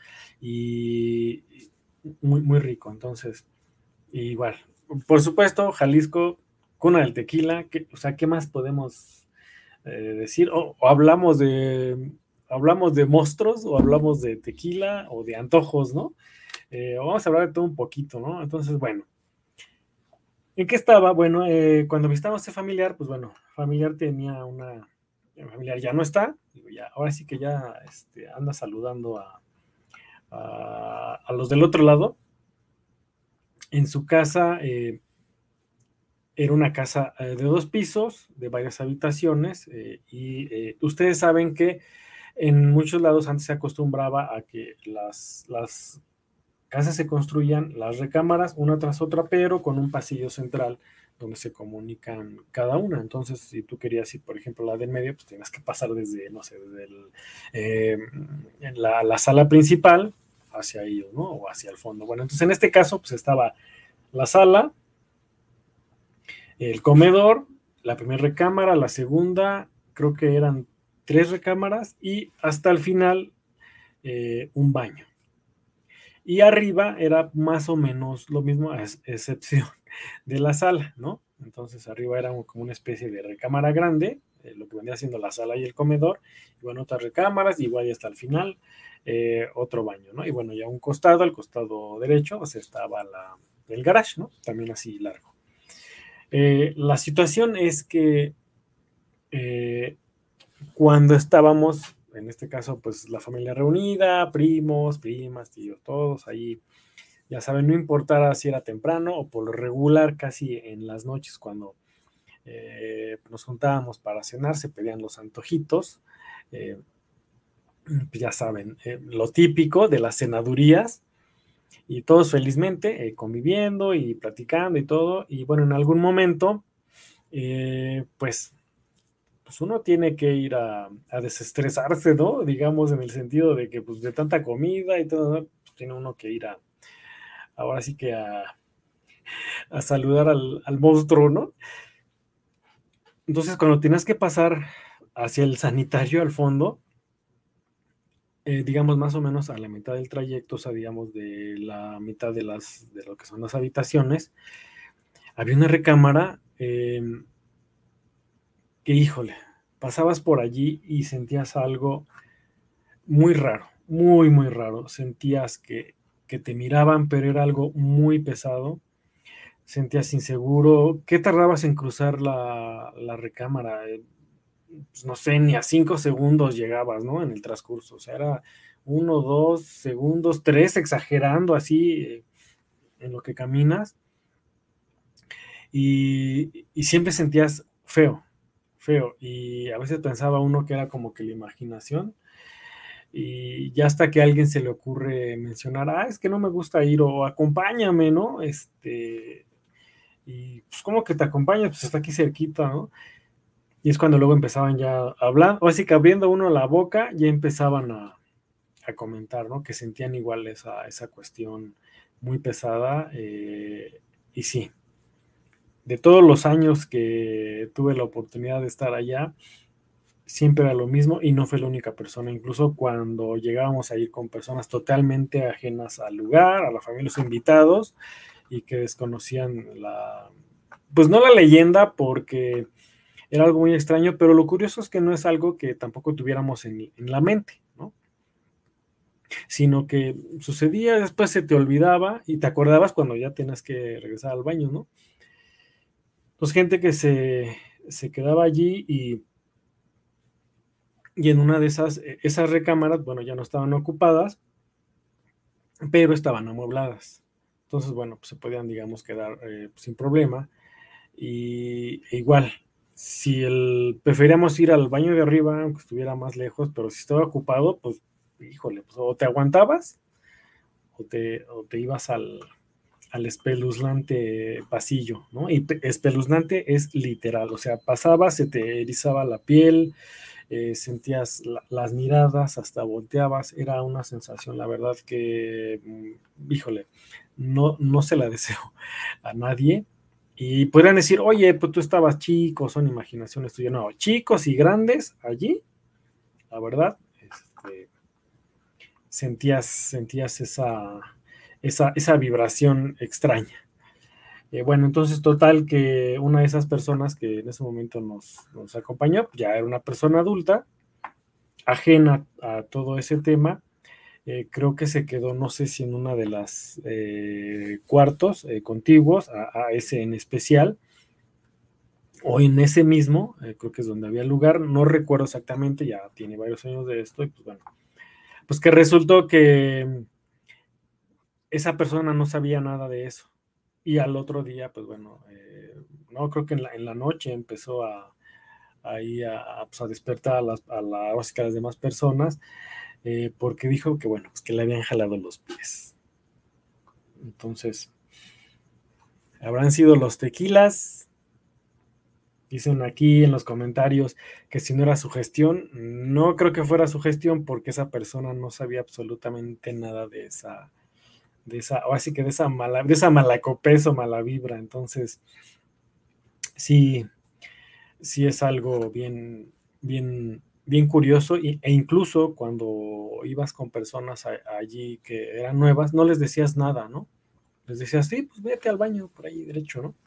y muy, muy rico. Entonces, igual, por supuesto, Jalisco, cuna del tequila, que, o sea, ¿qué más podemos eh, decir? O, o hablamos de hablamos de monstruos, o hablamos de tequila, o de antojos, ¿no? Eh, vamos a hablar de todo un poquito, ¿no? Entonces, bueno, ¿en qué estaba? Bueno, eh, cuando visitamos a ese familiar, pues bueno, familiar tenía una, el familiar ya no está, digo, ya, ahora sí que ya este, anda saludando a, a, a, los del otro lado. En su casa, eh, era una casa eh, de dos pisos, de varias habitaciones, eh, y eh, ustedes saben que en muchos lados antes se acostumbraba a que las, las casas se construían las recámaras una tras otra, pero con un pasillo central donde se comunican cada una. Entonces, si tú querías ir, por ejemplo, la del medio, pues tienes que pasar desde, no sé, desde el, eh, la, la sala principal hacia ellos, ¿no? O hacia el fondo. Bueno, entonces en este caso, pues estaba la sala, el comedor, la primera recámara, la segunda, creo que eran tres recámaras y hasta el final eh, un baño. Y arriba era más o menos lo mismo, a excepción de la sala, ¿no? Entonces arriba era como una especie de recámara grande, eh, lo que venía siendo la sala y el comedor, y bueno, otras recámaras, igual y hasta el final, eh, otro baño, ¿no? Y bueno, ya un costado, al costado derecho, pues estaba la, el garage, ¿no? También así largo. Eh, la situación es que eh, cuando estábamos, en este caso, pues la familia reunida, primos, primas, tíos, todos ahí, ya saben, no importara si era temprano o por lo regular, casi en las noches cuando eh, nos juntábamos para cenar, se pedían los antojitos, eh, pues ya saben, eh, lo típico de las cenadurías, y todos felizmente eh, conviviendo y platicando y todo, y bueno, en algún momento, eh, pues pues uno tiene que ir a, a desestresarse, ¿no? Digamos, en el sentido de que pues de tanta comida y todo, ¿no? Pues, tiene uno que ir a, ahora sí que a, a saludar al, al monstruo, ¿no? Entonces, cuando tienes que pasar hacia el sanitario al fondo, eh, digamos más o menos a la mitad del trayecto, o sea, digamos de la mitad de, las, de lo que son las habitaciones, había una recámara eh, que, híjole, pasabas por allí y sentías algo muy raro, muy, muy raro. Sentías que, que te miraban, pero era algo muy pesado. Sentías inseguro. ¿Qué tardabas en cruzar la, la recámara? Eh, pues no sé, ni a cinco segundos llegabas, ¿no? En el transcurso. O sea, era uno, dos segundos, tres, exagerando así eh, en lo que caminas. Y, y siempre sentías feo, feo. Y a veces pensaba uno que era como que la imaginación. Y ya hasta que a alguien se le ocurre mencionar, ah, es que no me gusta ir o acompáñame, ¿no? Este, y pues, ¿cómo que te acompañas? Pues está aquí cerquita, ¿no? Y es cuando luego empezaban ya a hablar, o así que abriendo uno la boca, ya empezaban a, a comentar, ¿no? Que sentían igual esa, esa cuestión muy pesada. Eh, y sí, de todos los años que tuve la oportunidad de estar allá, siempre era lo mismo y no fue la única persona. Incluso cuando llegábamos a ir con personas totalmente ajenas al lugar, a la familia, los invitados, y que desconocían la, pues no la leyenda, porque era algo muy extraño, pero lo curioso es que no es algo que tampoco tuviéramos en, en la mente, ¿no? Sino que sucedía, después se te olvidaba y te acordabas cuando ya tienes que regresar al baño, ¿no? Pues gente que se, se quedaba allí y y en una de esas, eh, esas recámaras, bueno, ya no estaban ocupadas, pero estaban amuebladas. Entonces, bueno, pues se podían, digamos, quedar eh, pues, sin problema. Y e igual, si el, preferíamos ir al baño de arriba, aunque estuviera más lejos, pero si estaba ocupado, pues, híjole, pues o te aguantabas o te, o te ibas al, al espeluznante pasillo, ¿no? Y espeluznante es literal, o sea, pasabas, se te erizaba la piel, eh, sentías la, las miradas, hasta volteabas, era una sensación, la verdad que, mm, híjole, no, no se la deseo a nadie. Y podrían decir, oye, pues tú estabas chico, son imaginaciones tuyas. No, chicos y grandes allí, la verdad, este, sentías, sentías esa, esa, esa vibración extraña. Eh, bueno, entonces total que una de esas personas que en ese momento nos, nos acompañó, ya era una persona adulta, ajena a todo ese tema, eh, creo que se quedó, no sé si en una de las eh, cuartos eh, contiguos a, a, ese en especial, o en ese mismo, eh, creo que es donde había lugar, no recuerdo exactamente, ya tiene varios años de esto, y pues bueno, pues que resultó que esa persona no sabía nada de eso. Y al otro día, pues bueno, eh, no creo que en la, en la noche empezó a ahí a, a, pues a despertar a las, a, la, a las demás personas, eh, porque dijo que bueno, pues que le habían jalado los pies. Entonces, habrán sido los tequilas. Dicen aquí en los comentarios que si no era su gestión, no creo que fuera su gestión porque esa persona no sabía absolutamente nada de esa, de esa, o así que de esa mala, de esa malacopés o mala vibra. Entonces, sí, sí es algo bien, bien, bien curioso y, e incluso cuando ibas con personas a, allí que eran nuevas, no les decías nada, ¿no? Les decías, sí, pues vete al baño por ahí derecho, ¿no?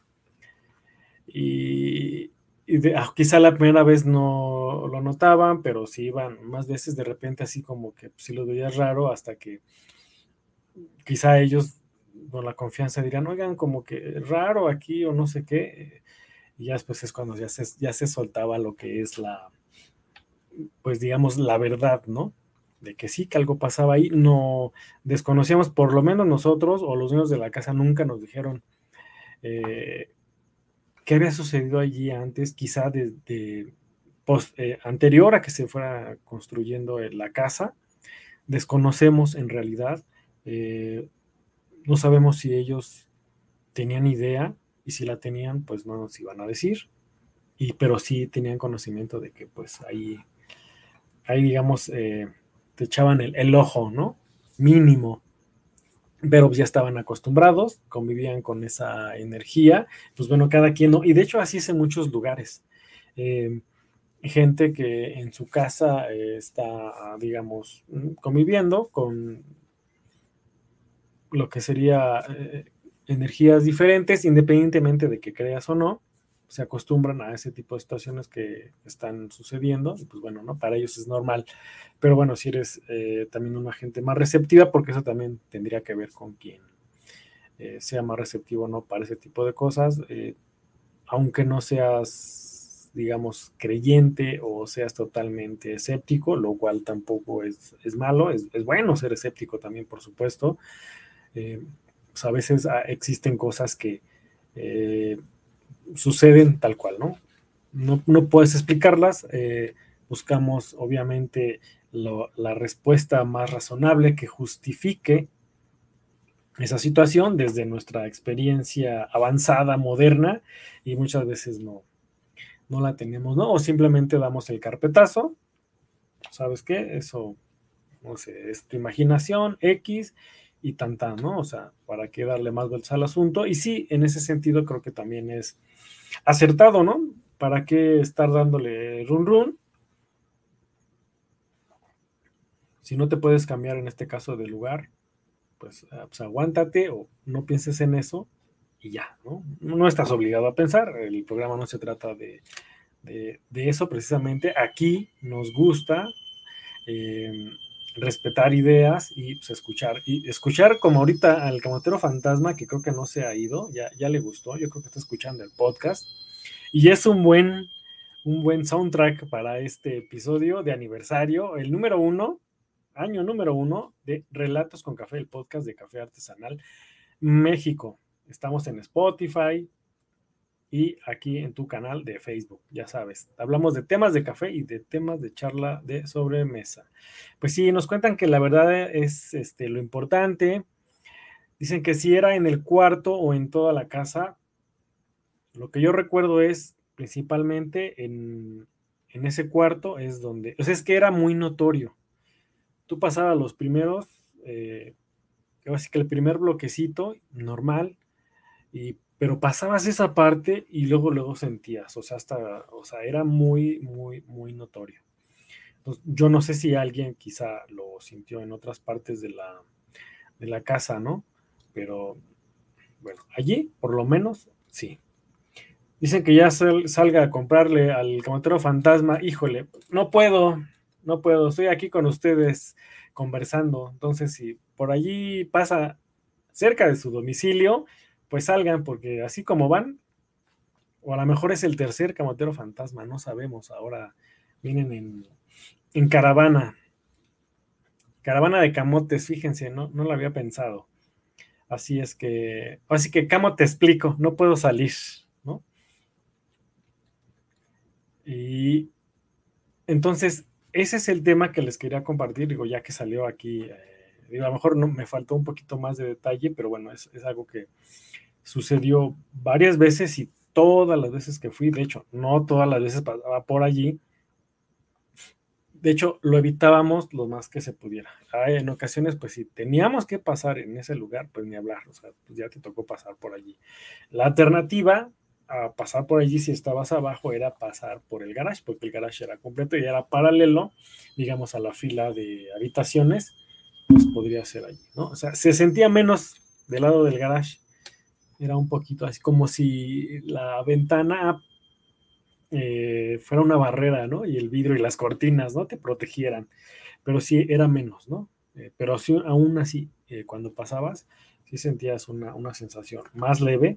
Y, y de, ah, quizá la primera vez no lo notaban, pero si iban más veces de repente así como que pues, sí lo veías raro hasta que quizá ellos con la confianza dirán, oigan, como que raro aquí o no sé qué, y ya después es cuando ya se, ya se soltaba lo que es la, pues digamos, la verdad, ¿no? De que sí, que algo pasaba ahí, no desconocíamos, por lo menos nosotros o los niños de la casa nunca nos dijeron eh, qué había sucedido allí antes, quizá de, de post, eh, anterior a que se fuera construyendo la casa. Desconocemos en realidad, eh, no sabemos si ellos tenían idea y si la tenían, pues no nos iban a decir, y, pero sí tenían conocimiento de que pues ahí, ahí digamos, eh, te echaban el, el ojo, ¿no? Mínimo, pero ya estaban acostumbrados, convivían con esa energía, pues bueno, cada quien, ¿no? Y de hecho así es en muchos lugares. Eh, gente que en su casa eh, está, digamos, conviviendo con lo que sería eh, energías diferentes, independientemente de que creas o no, se acostumbran a ese tipo de situaciones que están sucediendo, y pues bueno, ¿no? Para ellos es normal, pero bueno, si eres eh, también una gente más receptiva, porque eso también tendría que ver con quien eh, sea más receptivo o no para ese tipo de cosas, eh, aunque no seas, digamos, creyente o seas totalmente escéptico, lo cual tampoco es, es malo, es, es bueno ser escéptico también, por supuesto. Eh, pues a veces ah, existen cosas que eh, suceden tal cual, ¿no? No, no puedes explicarlas, eh, buscamos obviamente lo, la respuesta más razonable que justifique esa situación desde nuestra experiencia avanzada, moderna, y muchas veces no, no la tenemos, ¿no? O simplemente damos el carpetazo, ¿sabes qué? Eso, no sé, es tu imaginación, X, y tan tan, ¿no? O sea, ¿para qué darle más vueltas al asunto? Y sí, en ese sentido creo que también es acertado, ¿no? ¿Para qué estar dándole run run? Si no te puedes cambiar en este caso de lugar, pues, pues aguántate o no pienses en eso y ya, ¿no? No estás obligado a pensar, el programa no se trata de, de, de eso precisamente. Aquí nos gusta eh, respetar ideas y pues, escuchar. Y escuchar como ahorita al Camotero Fantasma, que creo que no se ha ido, ya, ya le gustó, yo creo que está escuchando el podcast. Y es un buen, un buen soundtrack para este episodio de aniversario, el número uno, año número uno de Relatos con Café, el podcast de Café Artesanal México. Estamos en Spotify y aquí en tu canal de Facebook, ya sabes. Hablamos de temas de café y de temas de charla de sobremesa. Pues sí, nos cuentan que la verdad es este, lo importante. Dicen que si era en el cuarto o en toda la casa, lo que yo recuerdo es principalmente en, en ese cuarto es donde, o sea, es que era muy notorio. Tú pasabas los primeros, eh, así que el primer bloquecito normal, y, pero pasabas esa parte y luego, luego sentías, o sea, hasta, o sea, era muy, muy, muy notorio. Entonces, yo no sé si alguien quizá lo sintió en otras partes de la, de la casa, ¿no? Pero bueno, allí, por lo menos, sí. Dicen que ya sal, salga a comprarle al Camotero Fantasma. Híjole, no puedo, no puedo. Estoy aquí con ustedes conversando. Entonces, si por allí pasa cerca de su domicilio, pues salgan, porque así como van, o a lo mejor es el tercer Camotero Fantasma, no sabemos. Ahora vienen en, en caravana, caravana de camotes, fíjense, no, no lo había pensado. Así es que, así que, Camo, te explico, no puedo salir, ¿no? Y entonces, ese es el tema que les quería compartir, digo, ya que salió aquí, eh, digo, a lo mejor no, me faltó un poquito más de detalle, pero bueno, es, es algo que sucedió varias veces y todas las veces que fui, de hecho, no todas las veces pasaba por allí, de hecho, lo evitábamos lo más que se pudiera. En ocasiones, pues si teníamos que pasar en ese lugar, pues ni hablar, o sea, pues ya te tocó pasar por allí. La alternativa a pasar por allí si estabas abajo era pasar por el garage, porque el garage era completo y era paralelo, digamos, a la fila de habitaciones, pues podría ser allí, ¿no? O sea, se sentía menos del lado del garage, era un poquito así como si la ventana eh, fuera una barrera, ¿no? Y el vidrio y las cortinas, ¿no? Te protegieran, pero sí era menos, ¿no? Eh, pero sí, aún así, eh, cuando pasabas, sí sentías una, una sensación más leve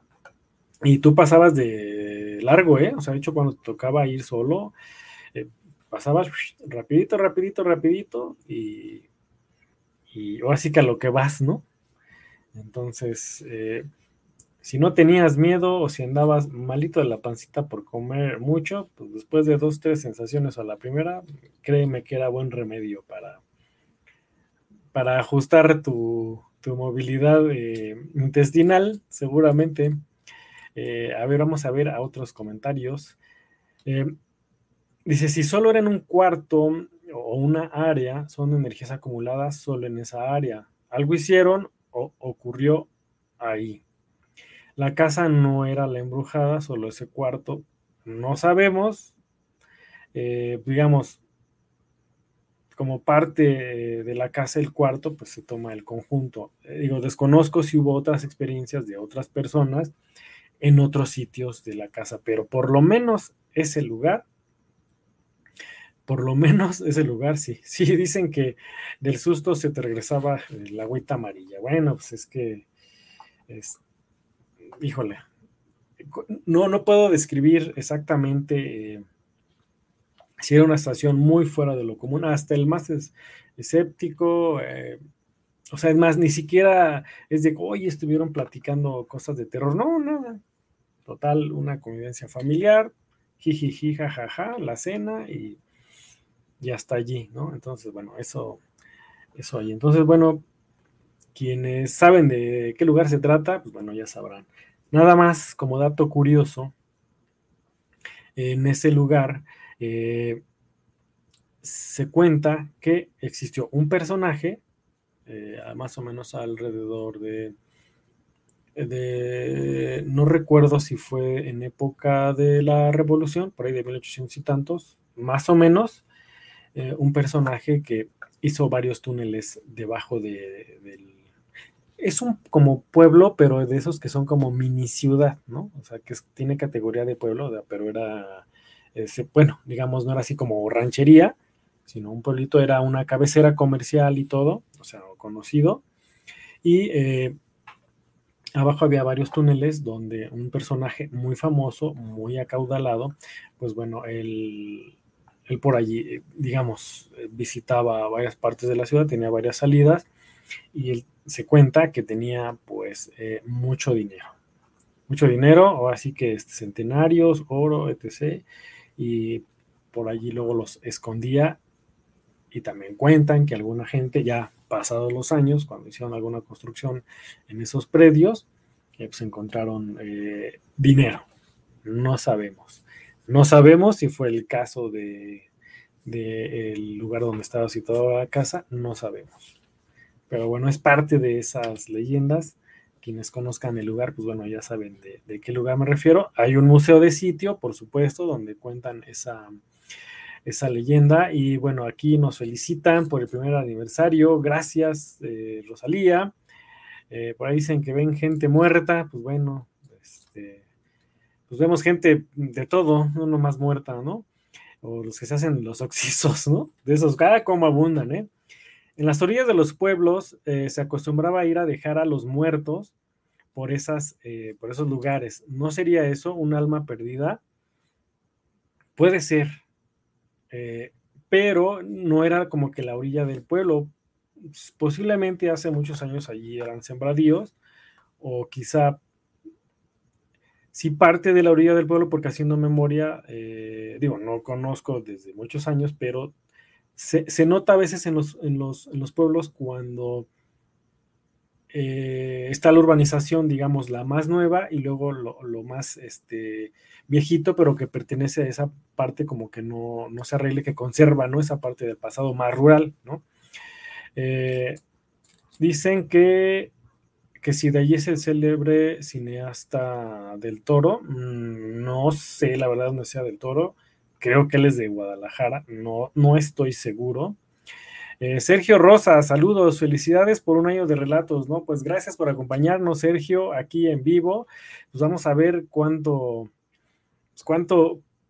y tú pasabas de largo, ¿eh? O sea, de hecho, cuando te tocaba ir solo, eh, pasabas rapidito, rapidito, rapidito y, y ahora sí que a lo que vas, ¿no? Entonces, eh, si no tenías miedo o si andabas malito de la pancita por comer mucho, pues después de dos, tres sensaciones a la primera, créeme que era buen remedio para, para ajustar tu, tu movilidad eh, intestinal, seguramente. Eh, a ver, vamos a ver a otros comentarios. Eh, dice, si solo era en un cuarto o una área, son energías acumuladas solo en esa área. Algo hicieron o ocurrió ahí. La casa no era la embrujada, solo ese cuarto. No sabemos, eh, digamos, como parte de la casa, el cuarto, pues se toma el conjunto. Eh, digo, desconozco si hubo otras experiencias de otras personas en otros sitios de la casa, pero por lo menos ese lugar, por lo menos ese lugar, sí. Sí, dicen que del susto se te regresaba la agüita amarilla. Bueno, pues es que, es, híjole, no, no puedo describir exactamente eh, si era una estación muy fuera de lo común, hasta el más es, escéptico, eh, o sea, es más, ni siquiera es de, oye, estuvieron platicando cosas de terror, no, nada, total, una convivencia familiar, jijiji, jajaja, la cena y, y hasta allí, ¿no? Entonces, bueno, eso, eso ahí. Entonces, bueno, quienes saben de qué lugar se trata, pues bueno, ya sabrán. Nada más como dato curioso, en ese lugar eh, se cuenta que existió un personaje, eh, más o menos alrededor de, de, no recuerdo si fue en época de la Revolución, por ahí de mil ochocientos y tantos, más o menos, eh, un personaje que hizo varios túneles debajo de, del... Es un como pueblo, pero de esos que son como mini ciudad, ¿no? O sea, que es, tiene categoría de pueblo, pero era, ese, bueno, digamos, no era así como ranchería, sino un pueblito, era una cabecera comercial y todo, o sea, conocido, y eh, abajo había varios túneles donde un personaje muy famoso, muy acaudalado, pues bueno, él, él por allí, digamos, visitaba varias partes de la ciudad, tenía varias salidas, y él se cuenta que tenía pues eh, mucho dinero, mucho dinero, ahora sí que este, centenarios, oro, etcétera, y por allí luego los escondía. Y también cuentan que alguna gente, ya pasados los años, cuando hicieron alguna construcción en esos predios, eh, pues encontraron eh, dinero. No sabemos. No sabemos si fue el caso de, de el lugar donde estaba situada la casa, no sabemos. Pero bueno, es parte de esas leyendas. Quienes conozcan el lugar, pues bueno, ya saben de, de qué lugar me refiero. Hay un museo de sitio, por supuesto, donde cuentan esa esa leyenda. Y bueno, aquí nos felicitan por el primer aniversario. Gracias, eh, Rosalía. Eh, por ahí dicen que ven gente muerta. Pues bueno, este, pues vemos gente de todo, no nomás muerta, ¿no? O los que se hacen los oxisos, ¿no? De esos, cada como abundan, ¿eh? En las orillas de los pueblos eh, se acostumbraba a ir a dejar a los muertos por, esas, eh, por esos lugares. ¿No sería eso un alma perdida? Puede ser, eh, pero no era como que la orilla del pueblo. Posiblemente hace muchos años allí eran sembradíos, o quizá sí parte de la orilla del pueblo, porque haciendo memoria, eh, digo, no conozco desde muchos años, pero se, se nota a veces en los, en los, en los pueblos cuando eh, está la urbanización, digamos, la más nueva, y luego lo, lo más este, viejito, pero que pertenece a esa parte como que no, no se arregle, que conserva, ¿no? Esa parte del pasado más rural, ¿no? Eh, dicen que, que si de allí es el célebre cineasta del Toro, mmm, no sé la verdad dónde sea del Toro, creo que él es de Guadalajara, no, no estoy seguro. Eh, Sergio Rosa, saludos, felicidades por un año de relatos, ¿no? Pues gracias por acompañarnos, Sergio, aquí en vivo. Pues vamos a ver cuánto, pues cuánto,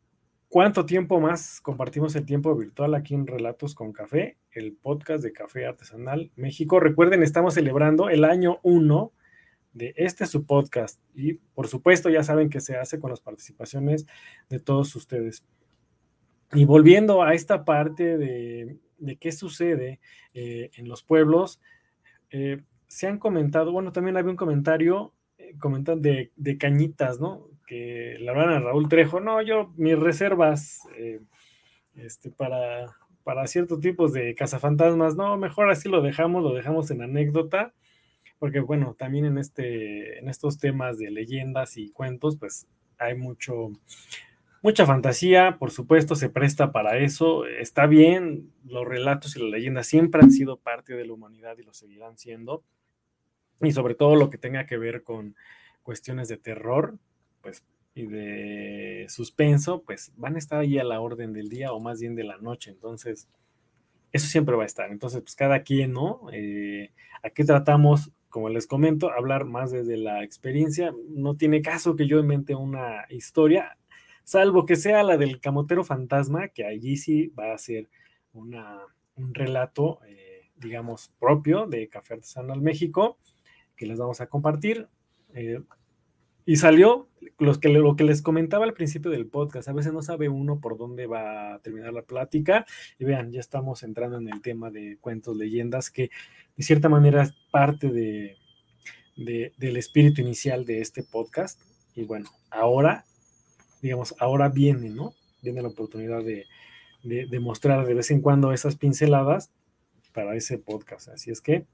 ¿Cuánto tiempo más compartimos el tiempo virtual aquí en Relatos con Café, el podcast de Café Artesanal México? Recuerden, estamos celebrando el año uno de este su podcast y por supuesto ya saben que se hace con las participaciones de todos ustedes. Y volviendo a esta parte de, de qué sucede eh, en los pueblos, eh, se han comentado, bueno, también había un comentario, eh, comentan de, de Cañitas, ¿no? Que le hablan a Raúl Trejo, no, yo mis reservas eh, este, para, para ciertos tipos de cazafantasmas, no, mejor así lo dejamos, lo dejamos en anécdota, porque bueno, también en, este, en estos temas de leyendas y cuentos, pues hay mucho, mucha fantasía, por supuesto, se presta para eso, está bien, los relatos y las leyendas siempre han sido parte de la humanidad y lo seguirán siendo, y sobre todo lo que tenga que ver con cuestiones de terror, pues, y de suspenso, pues van a estar ahí a la orden del día o más bien de la noche, entonces eso siempre va a estar, entonces pues cada quien, ¿no? Eh, aquí tratamos, como les comento, hablar más desde la experiencia, no tiene caso que yo invente una historia, salvo que sea la del camotero fantasma, que allí sí va a ser una, un relato, eh, digamos, propio de Café Artesanal México, que les vamos a compartir. Eh, y salió los que, lo que les comentaba al principio del podcast. A veces no sabe uno por dónde va a terminar la plática. Y vean, ya estamos entrando en el tema de cuentos, leyendas, que de cierta manera es parte de, de, del espíritu inicial de este podcast. Y bueno, ahora, digamos, ahora viene, ¿no? Viene la oportunidad de, de, de mostrar de vez en cuando esas pinceladas para ese podcast. Así es que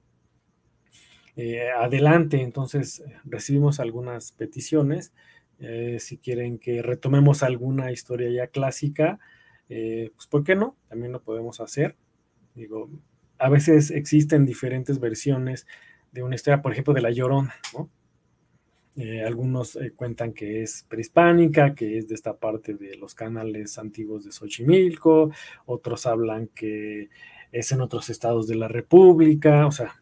Eh, adelante, entonces recibimos algunas peticiones, eh, si quieren que retomemos alguna historia ya clásica, eh, pues ¿por qué no? También lo podemos hacer. Digo, a veces existen diferentes versiones de una historia, por ejemplo, de La Llorona, ¿no? Eh, algunos eh, cuentan que es prehispánica, que es de esta parte de los canales antiguos de Xochimilco, otros hablan que es en otros estados de la República, o sea,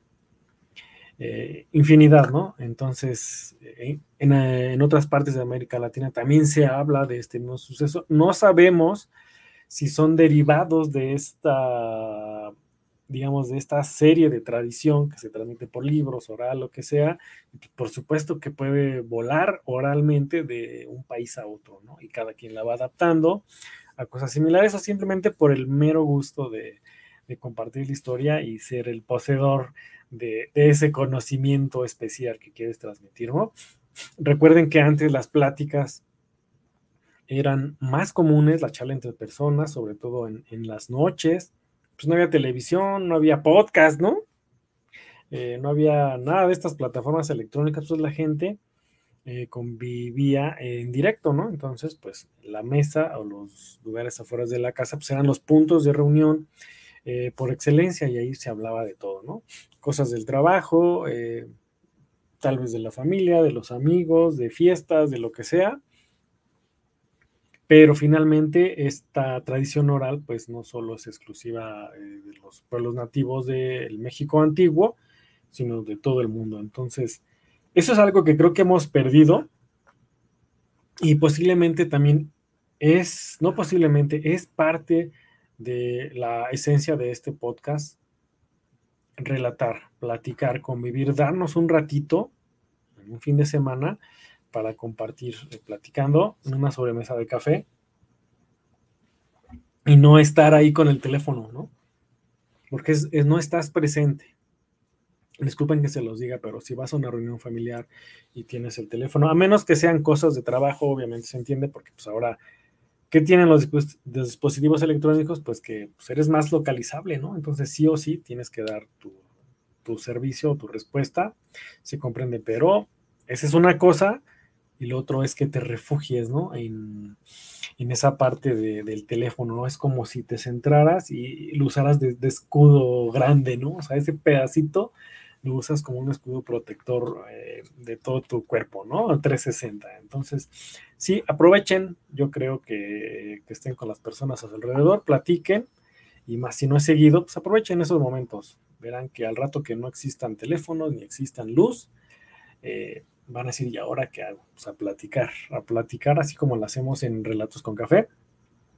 eh, infinidad, ¿no? Entonces, eh, en, en, otras partes de América Latina también se habla de este mismo suceso. No sabemos si son derivados de esta, digamos, de esta serie de tradición que se transmite por libros, oral, lo que sea. Por supuesto que puede volar oralmente de un país a otro, ¿no? Y cada quien la va adaptando a cosas similares o simplemente por el mero gusto de, de compartir la historia y ser el poseedor de, de, ese conocimiento especial que quieres transmitir, ¿no? Recuerden que antes las pláticas eran más comunes, la charla entre personas, sobre todo en, en las noches, pues no había televisión, no había podcast, ¿no? Eh, no había nada de estas plataformas electrónicas, pues la gente eh, convivía en directo, ¿no? Entonces, pues la mesa o los lugares afuera de la casa, pues eran los puntos de reunión eh, por excelencia y ahí se hablaba de todo, ¿no? Cosas del trabajo, eh, tal vez de la familia, de los amigos, de fiestas, de lo que sea. Pero finalmente esta tradición oral pues no solo es exclusiva eh, de los pueblos nativos del México antiguo, sino de todo el mundo. Entonces, eso es algo que creo que hemos perdido y posiblemente también es, no posiblemente, es parte de la esencia de este podcast, relatar, platicar, convivir, darnos un ratito, en un fin de semana, para compartir eh, platicando en una sobremesa de café y no estar ahí con el teléfono, ¿no? Porque es, es, no estás presente. Disculpen que se los diga, pero si vas a una reunión familiar y tienes el teléfono, a menos que sean cosas de trabajo, obviamente se entiende, porque pues ahora, ¿qué tienen los dispositivos electrónicos? Pues que pues, eres más localizable, ¿no? Entonces sí o sí tienes que dar tu, tu servicio, tu respuesta, se comprende, pero esa es una cosa y lo otro es que te refugies, ¿no? En, en esa parte de, del teléfono, ¿no? Es como si te centraras y lo usaras de, de escudo grande, ¿no? O sea, ese pedacito lo usas como un escudo protector eh, de todo tu cuerpo, ¿no? trescientos sesenta. Entonces, sí, aprovechen, yo creo que, que estén con las personas a su alrededor, platiquen, y más si no es seguido, pues aprovechen esos momentos. Verán que al rato que no existan teléfonos ni existan luz, eh, van a decir, ¿y ahora qué hago? Pues a platicar, a platicar, así como lo hacemos en Relatos con Café.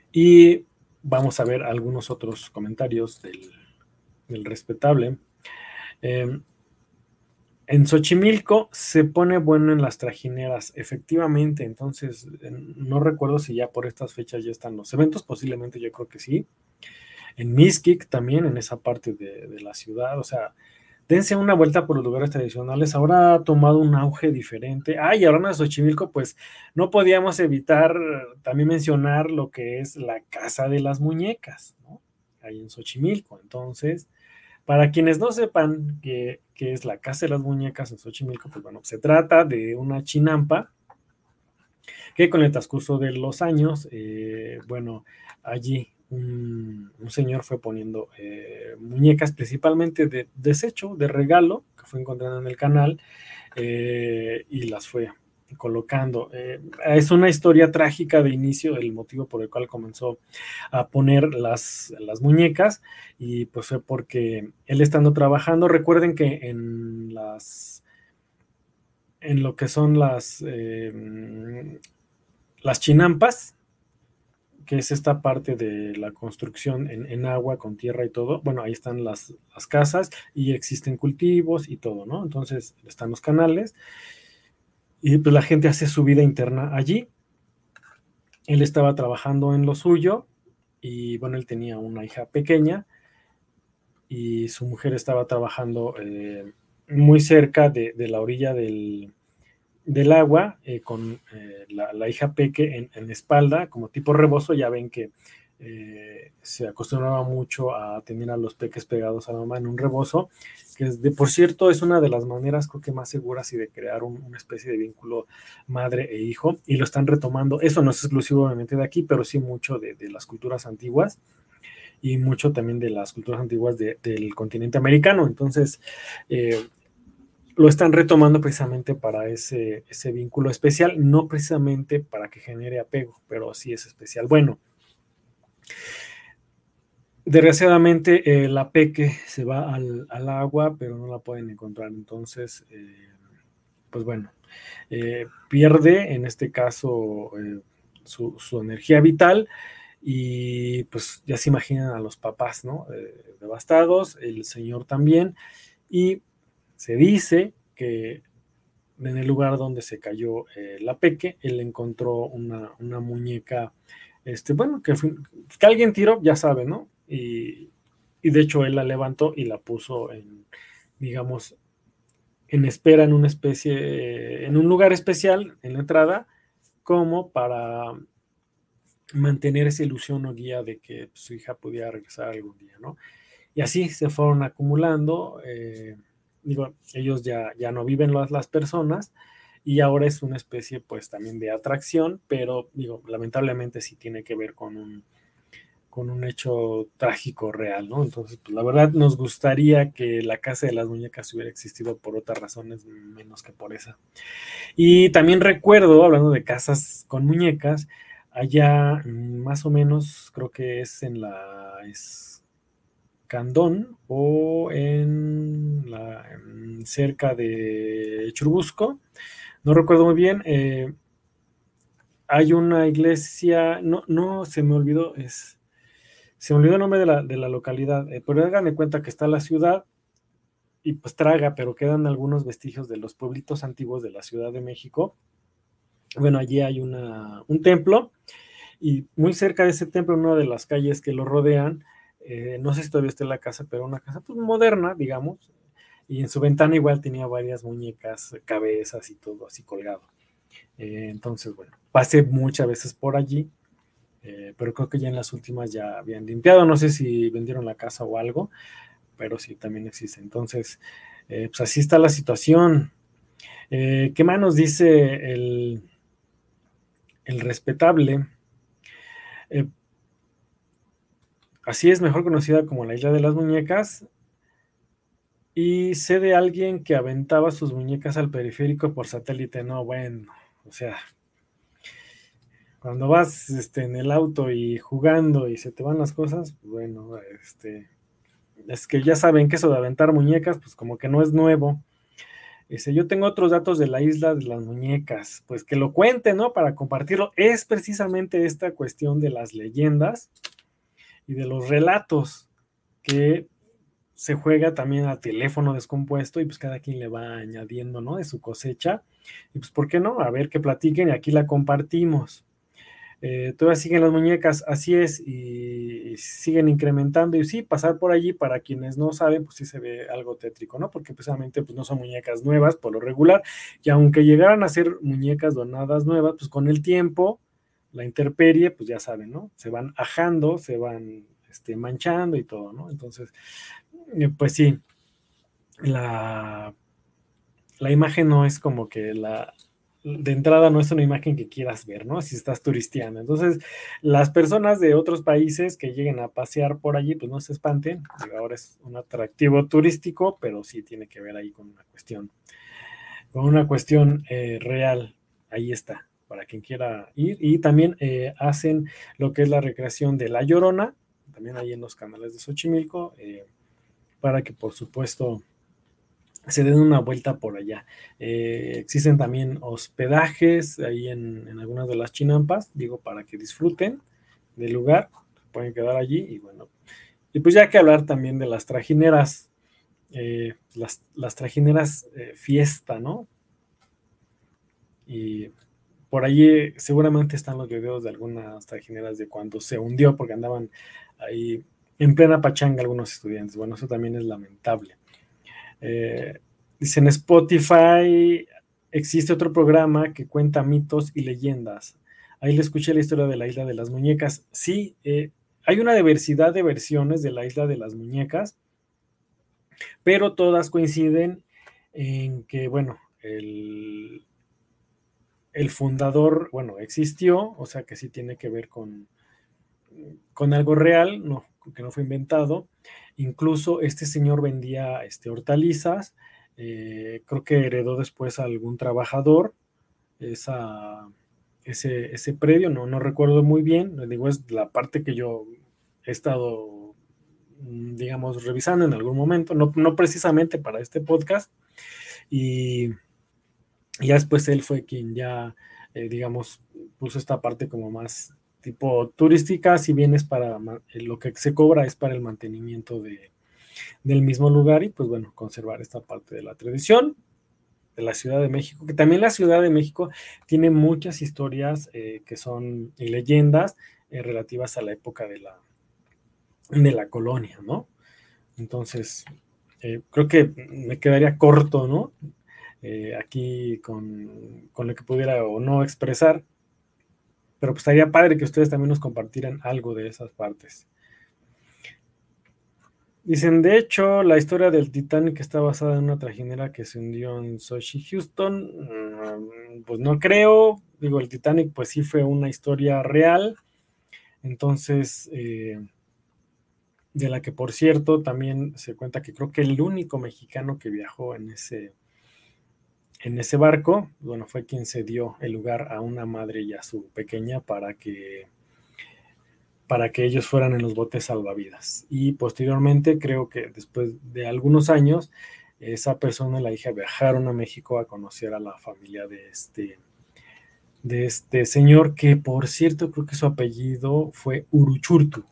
Y vamos a ver algunos otros comentarios del, del respetable. Eh, en Xochimilco se pone bueno en las trajineras, efectivamente, entonces no recuerdo si ya por estas fechas ya están los eventos, posiblemente yo creo que sí. En Mixquic también, en esa parte de, de la ciudad, o sea, dense una vuelta por los lugares tradicionales, ahora ha tomado un auge diferente. Ah, y hablando de Xochimilco, pues no podíamos evitar también mencionar lo que es la Casa de las Muñecas, ¿no? Ahí en Xochimilco, entonces... Para quienes no sepan qué, qué es la Casa de las Muñecas en Xochimilco, pues bueno, se trata de una chinampa que con el transcurso de los años, eh, bueno, allí un, un, señor fue poniendo eh, muñecas principalmente de desecho, de regalo, que fue encontrando en el canal, eh, y las fue colocando. Eh, es una historia trágica de inicio, el motivo por el cual comenzó a poner las, las muñecas, y pues fue porque él estando trabajando, recuerden que en las, en lo que son las, eh, las chinampas, que es esta parte de la construcción en, en, agua, con tierra y todo, bueno, ahí están las, las casas y existen cultivos y todo, ¿no? Entonces están los canales, y pues la gente hace su vida interna allí. Él estaba trabajando en lo suyo, y bueno, él tenía una hija pequeña, y su mujer estaba trabajando eh, muy cerca de, de la orilla del, del agua, eh, con eh, la, la, hija peque en, en espalda, como tipo rebozo. Ya ven que eh, se acostumbraba mucho a tener a los peques pegados a la mamá en un rebozo, que es de, por cierto, es una de las maneras, creo que más seguras y de crear un, una especie de vínculo madre e hijo, y lo están retomando. Eso no es exclusivamente de aquí, pero sí mucho de, de las culturas antiguas, y mucho también de las culturas antiguas de, del continente americano. Entonces, eh, lo están retomando precisamente para ese, ese vínculo especial, no precisamente para que genere apego, pero sí es especial. Bueno, desgraciadamente eh, la peque se va al, al, agua, pero no la pueden encontrar. Entonces, eh, pues bueno, eh, pierde en este caso eh, su, su energía vital, y pues ya se imaginan a los papás, ¿no? Eh, devastados, el señor también, y se dice que en el lugar donde se cayó eh, la peque, él encontró una, una muñeca, este, bueno, que, fue, que alguien tiró, ya sabe, ¿no? Y, y de hecho él la levantó y la puso en, digamos, en espera en una especie, en un lugar especial en la entrada, como para mantener esa ilusión o guía de que pues, su hija pudiera regresar algún día, ¿no? Y así se fueron acumulando. Eh, digo, ellos ya, ya no viven las, las personas, y ahora es una especie pues también de atracción, pero digo, lamentablemente sí tiene que ver con un, con un hecho trágico real, ¿no? Entonces, pues la verdad nos gustaría que la Casa de las Muñecas hubiera existido por otras razones menos que por esa. Y también recuerdo, hablando de casas con muñecas, allá más o menos creo que es en la Escandón o en la en, cerca de Churubusco, no recuerdo muy bien. Eh, hay una iglesia, no, no se me olvidó, es, se me olvidó el nombre de la, de la localidad, eh, pero hagan de cuenta que está la ciudad y pues traga, pero quedan algunos vestigios de los pueblitos antiguos de la Ciudad de México. Bueno, allí hay una, un templo, y muy cerca de ese templo, en una de las calles que lo rodean, eh, no sé si todavía está en la casa, pero una casa pues moderna, digamos, y en su ventana igual tenía varias muñecas, cabezas y todo así colgado. Eh, entonces, bueno, pasé muchas veces por allí, eh, pero creo que ya en las últimas ya habían limpiado, no sé si vendieron la casa o algo, pero sí, también existe. Entonces, eh, pues así está la situación. Eh, ¿Qué más nos dice el, el respetable? Eh, así es mejor conocida como la Isla de las Muñecas, y sé de alguien que aventaba sus muñecas al periférico por satélite. No, bueno, o sea, cuando vas este, en el auto y jugando y se te van las cosas, pues bueno, este, es que ya saben que eso de aventar muñecas, pues como que no es nuevo. Dice, yo tengo otros datos de la isla de las muñecas, pues que lo cuente, ¿no? Para compartirlo. Es precisamente esta cuestión de las leyendas y de los relatos que se juega también a teléfono descompuesto y pues cada quien le va añadiendo, ¿no? De su cosecha. Y pues, ¿por qué no? A ver que platiquen y aquí la compartimos. Eh, todavía siguen las muñecas, así es, y siguen incrementando. Y sí, pasar por allí, para quienes no saben, pues sí se ve algo tétrico, ¿no? Porque precisamente pues no son muñecas nuevas por lo regular, y aunque llegaran a ser muñecas donadas nuevas, pues con el tiempo, la intemperie, pues ya saben, ¿no? Se van ajando, se van este, manchando y todo, ¿no? Entonces, eh, pues sí, la, la imagen no es como que la, de entrada no es una imagen que quieras ver, ¿no? Si estás turisteando. Entonces, las personas de otros países que lleguen a pasear por allí, pues no se espanten. Ahora es un atractivo turístico, pero sí tiene que ver ahí con una cuestión, con una cuestión eh, real. Ahí está, para quien quiera ir. Y también eh, hacen lo que es la recreación de La Llorona, también ahí en los canales de Xochimilco, eh, para que por supuesto se den una vuelta por allá. Eh, existen también hospedajes ahí en, en algunas de las chinampas, digo, para que disfruten del lugar, pueden quedar allí y bueno. Y pues ya hay que hablar también de las trajineras, eh, las, las trajineras eh, fiesta, ¿no? Y por allí seguramente están los videos de algunas trajineras de cuando se hundió, porque andaban ahí en plena pachanga algunos estudiantes. Bueno, eso también es lamentable. Eh, dice en Spotify existe otro programa que cuenta mitos y leyendas. Ahí le escuché la historia de la isla de las muñecas. Sí, eh, hay una diversidad de versiones de la isla de las muñecas, pero todas coinciden en que, bueno, el, el fundador, bueno, existió, o sea que sí tiene que ver con, con algo real, no, que no fue inventado. Incluso este señor vendía este, hortalizas, eh, creo que heredó después a algún trabajador esa, ese, ese predio, no, no recuerdo muy bien, le digo, es la parte que yo he estado, digamos, revisando en algún momento, no, no precisamente para este podcast, y, y ya después él fue quien ya, eh, digamos, puso esta parte como más tipo turística, si bien es para, lo que se cobra es para el mantenimiento de, del mismo lugar y pues bueno, conservar esta parte de la tradición de la Ciudad de México, que también la Ciudad de México tiene muchas historias eh, que son y leyendas eh, relativas a la época de la, de la colonia, ¿no? Entonces, eh, creo que me quedaría corto, ¿no? Eh, aquí con, con lo que pudiera o no expresar, pero pues estaría padre que ustedes también nos compartieran algo de esas partes. Dicen, de hecho, la historia del Titanic está basada en una trajinera que se hundió en Sochi, Houston. Pues no creo. Digo, el Titanic pues sí fue una historia real. Entonces, eh, de la que por cierto también se cuenta que creo que el único mexicano que viajó en ese, en ese barco, bueno, fue quien se dio el lugar a una madre y a su pequeña para que para que ellos fueran en los botes salvavidas. Y posteriormente, creo que después de algunos años, esa persona y la hija viajaron a México a conocer a la familia de este, de este señor, que por cierto, creo que su apellido fue Uruchurtu.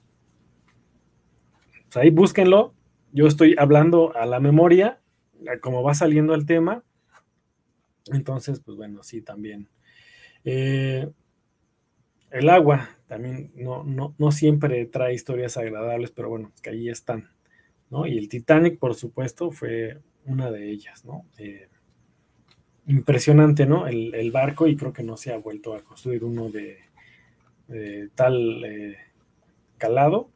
O sea, ahí búsquenlo. Yo estoy hablando a la memoria, como va saliendo el tema. Entonces, pues bueno, sí, también. Eh, el agua también no, no, no siempre trae historias agradables, pero bueno, que ahí están, ¿no? Y el Titanic, por supuesto, fue una de ellas, ¿no? Eh, impresionante, ¿no? El, el, barco, y creo que no se ha vuelto a construir uno de, de tal eh, calado,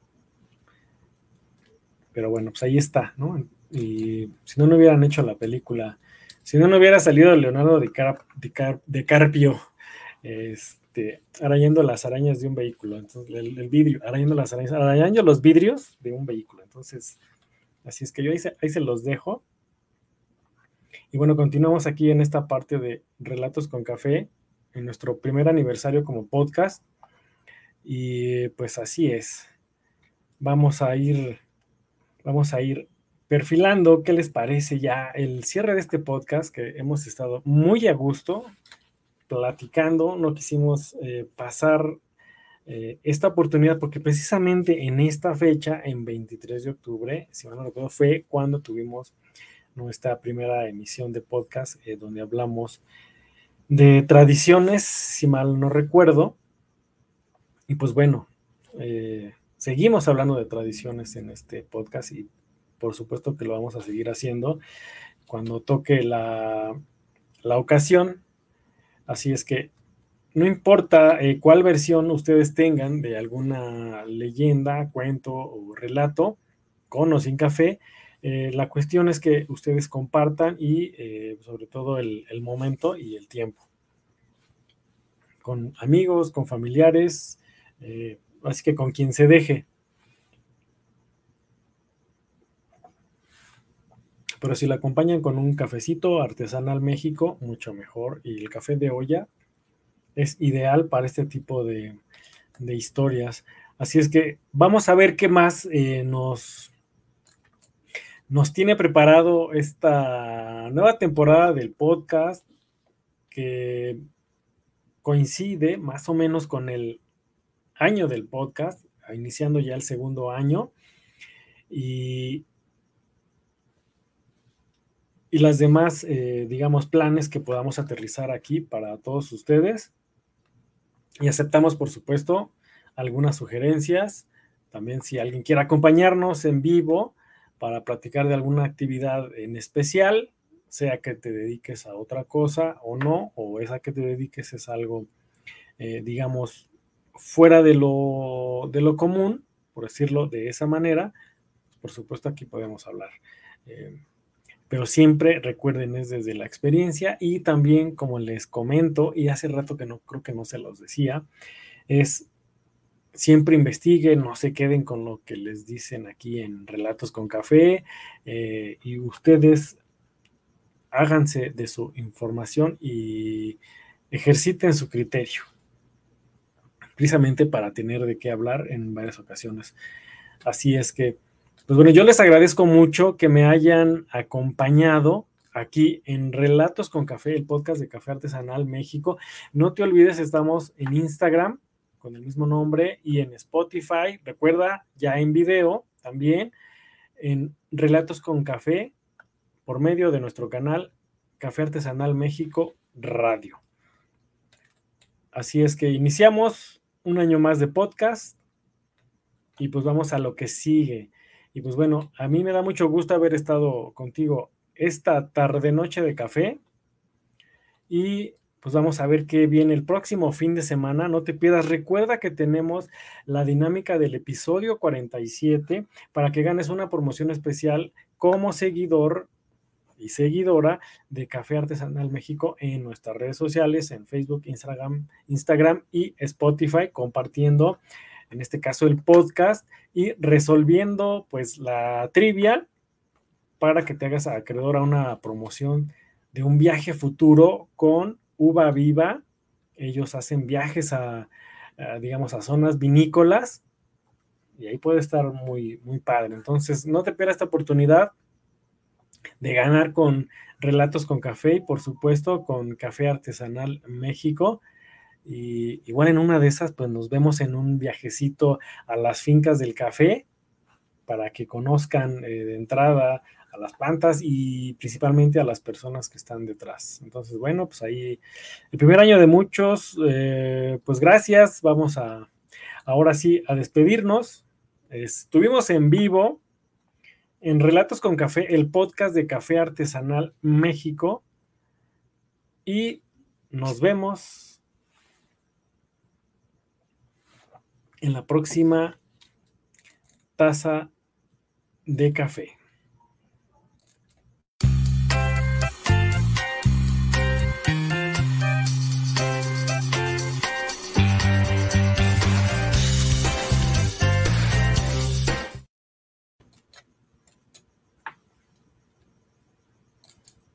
pero bueno, pues ahí está, ¿no? Y si no, no hubieran hecho la película, si no, no hubiera salido Leonardo DiCar Dicar DiCarpio, este, arañando las arañas de un vehículo, entonces el, el vidrio, arañando las arañas, arañando los vidrios de un vehículo, entonces, así es que yo ahí se, ahí se los dejo. Y bueno, continuamos aquí en esta parte de Relatos con Café, en nuestro primer aniversario como podcast, y pues así es, vamos a ir, vamos a ir perfilando qué les parece ya el cierre de este podcast, que hemos estado muy a gusto platicando. No quisimos eh, pasar eh, esta oportunidad porque precisamente en esta fecha, en veintitrés de octubre, si mal no recuerdo, fue cuando tuvimos nuestra primera emisión de podcast, eh, donde hablamos de tradiciones, si mal no recuerdo. Y pues bueno, eh, seguimos hablando de tradiciones en este podcast y por supuesto que lo vamos a seguir haciendo cuando toque la, la ocasión. Así es que no importa eh, cuál versión ustedes tengan de alguna leyenda, cuento o relato, con o sin café, eh, la cuestión es que ustedes compartan y eh, sobre todo el, el momento y el tiempo. Con amigos, con familiares, eh, así que con quien se deje. Pero si la acompañan con un cafecito artesanal México, mucho mejor. Y el café de olla es ideal para este tipo de, de historias. Así es que vamos a ver qué más eh, nos, nos tiene preparado esta nueva temporada del podcast, que coincide más o menos con el año del podcast, iniciando ya el segundo año. Y, y las demás, eh, digamos, planes que podamos aterrizar aquí para todos ustedes. Y aceptamos, por supuesto, algunas sugerencias. También si alguien quiere acompañarnos en vivo para platicar de alguna actividad en especial, sea que te dediques a otra cosa o no, o esa que te dediques es algo, eh, digamos, fuera de lo, de lo común, por decirlo de esa manera, por supuesto aquí podemos hablar. Eh, pero siempre recuerden, es desde la experiencia y también, como les comento, y hace rato que no creo que no se los decía, es siempre investiguen, no se queden con lo que les dicen aquí en Relatos con Café, eh, y ustedes háganse de su información y ejerciten su criterio, precisamente para tener de qué hablar en varias ocasiones. Así es que, pues bueno, yo les agradezco mucho que me hayan acompañado aquí en Relatos con Café, el podcast de Café Artesanal México. No te olvides, estamos en Instagram con el mismo nombre y en Spotify. Recuerda, ya en video también, en Relatos con Café, por medio de nuestro canal Café Artesanal México Radio. Así es que iniciamos un año más de podcast y pues vamos a lo que sigue. Y pues bueno, a mí me da mucho gusto haber estado contigo esta tarde noche de café y pues vamos a ver qué viene el próximo fin de semana. No te pierdas, recuerda que tenemos la dinámica del episodio cuarenta y siete para que ganes una promoción especial como seguidor y seguidora de Café Artesanal México en nuestras redes sociales, en Facebook, Instagram, Instagram y Spotify, compartiendo en este caso el podcast y resolviendo pues la trivia para que te hagas acreedor a una promoción de un viaje futuro con Uva Viva. Ellos hacen viajes a, a digamos, a zonas vinícolas y ahí puede estar muy, muy padre. Entonces, no te pierdas esta oportunidad de ganar con Relatos con Café y por supuesto con Café Artesanal México. Y igual en una de esas, pues nos vemos en un viajecito a las fincas del café para que conozcan eh, de entrada a las plantas y principalmente a las personas que están detrás. Entonces, bueno, pues ahí el primer año de muchos, eh, pues gracias. Vamos a ahora sí a despedirnos. Estuvimos en vivo en Relatos con Café, el podcast de Café Artesanal México, y nos vemos en la próxima taza de café.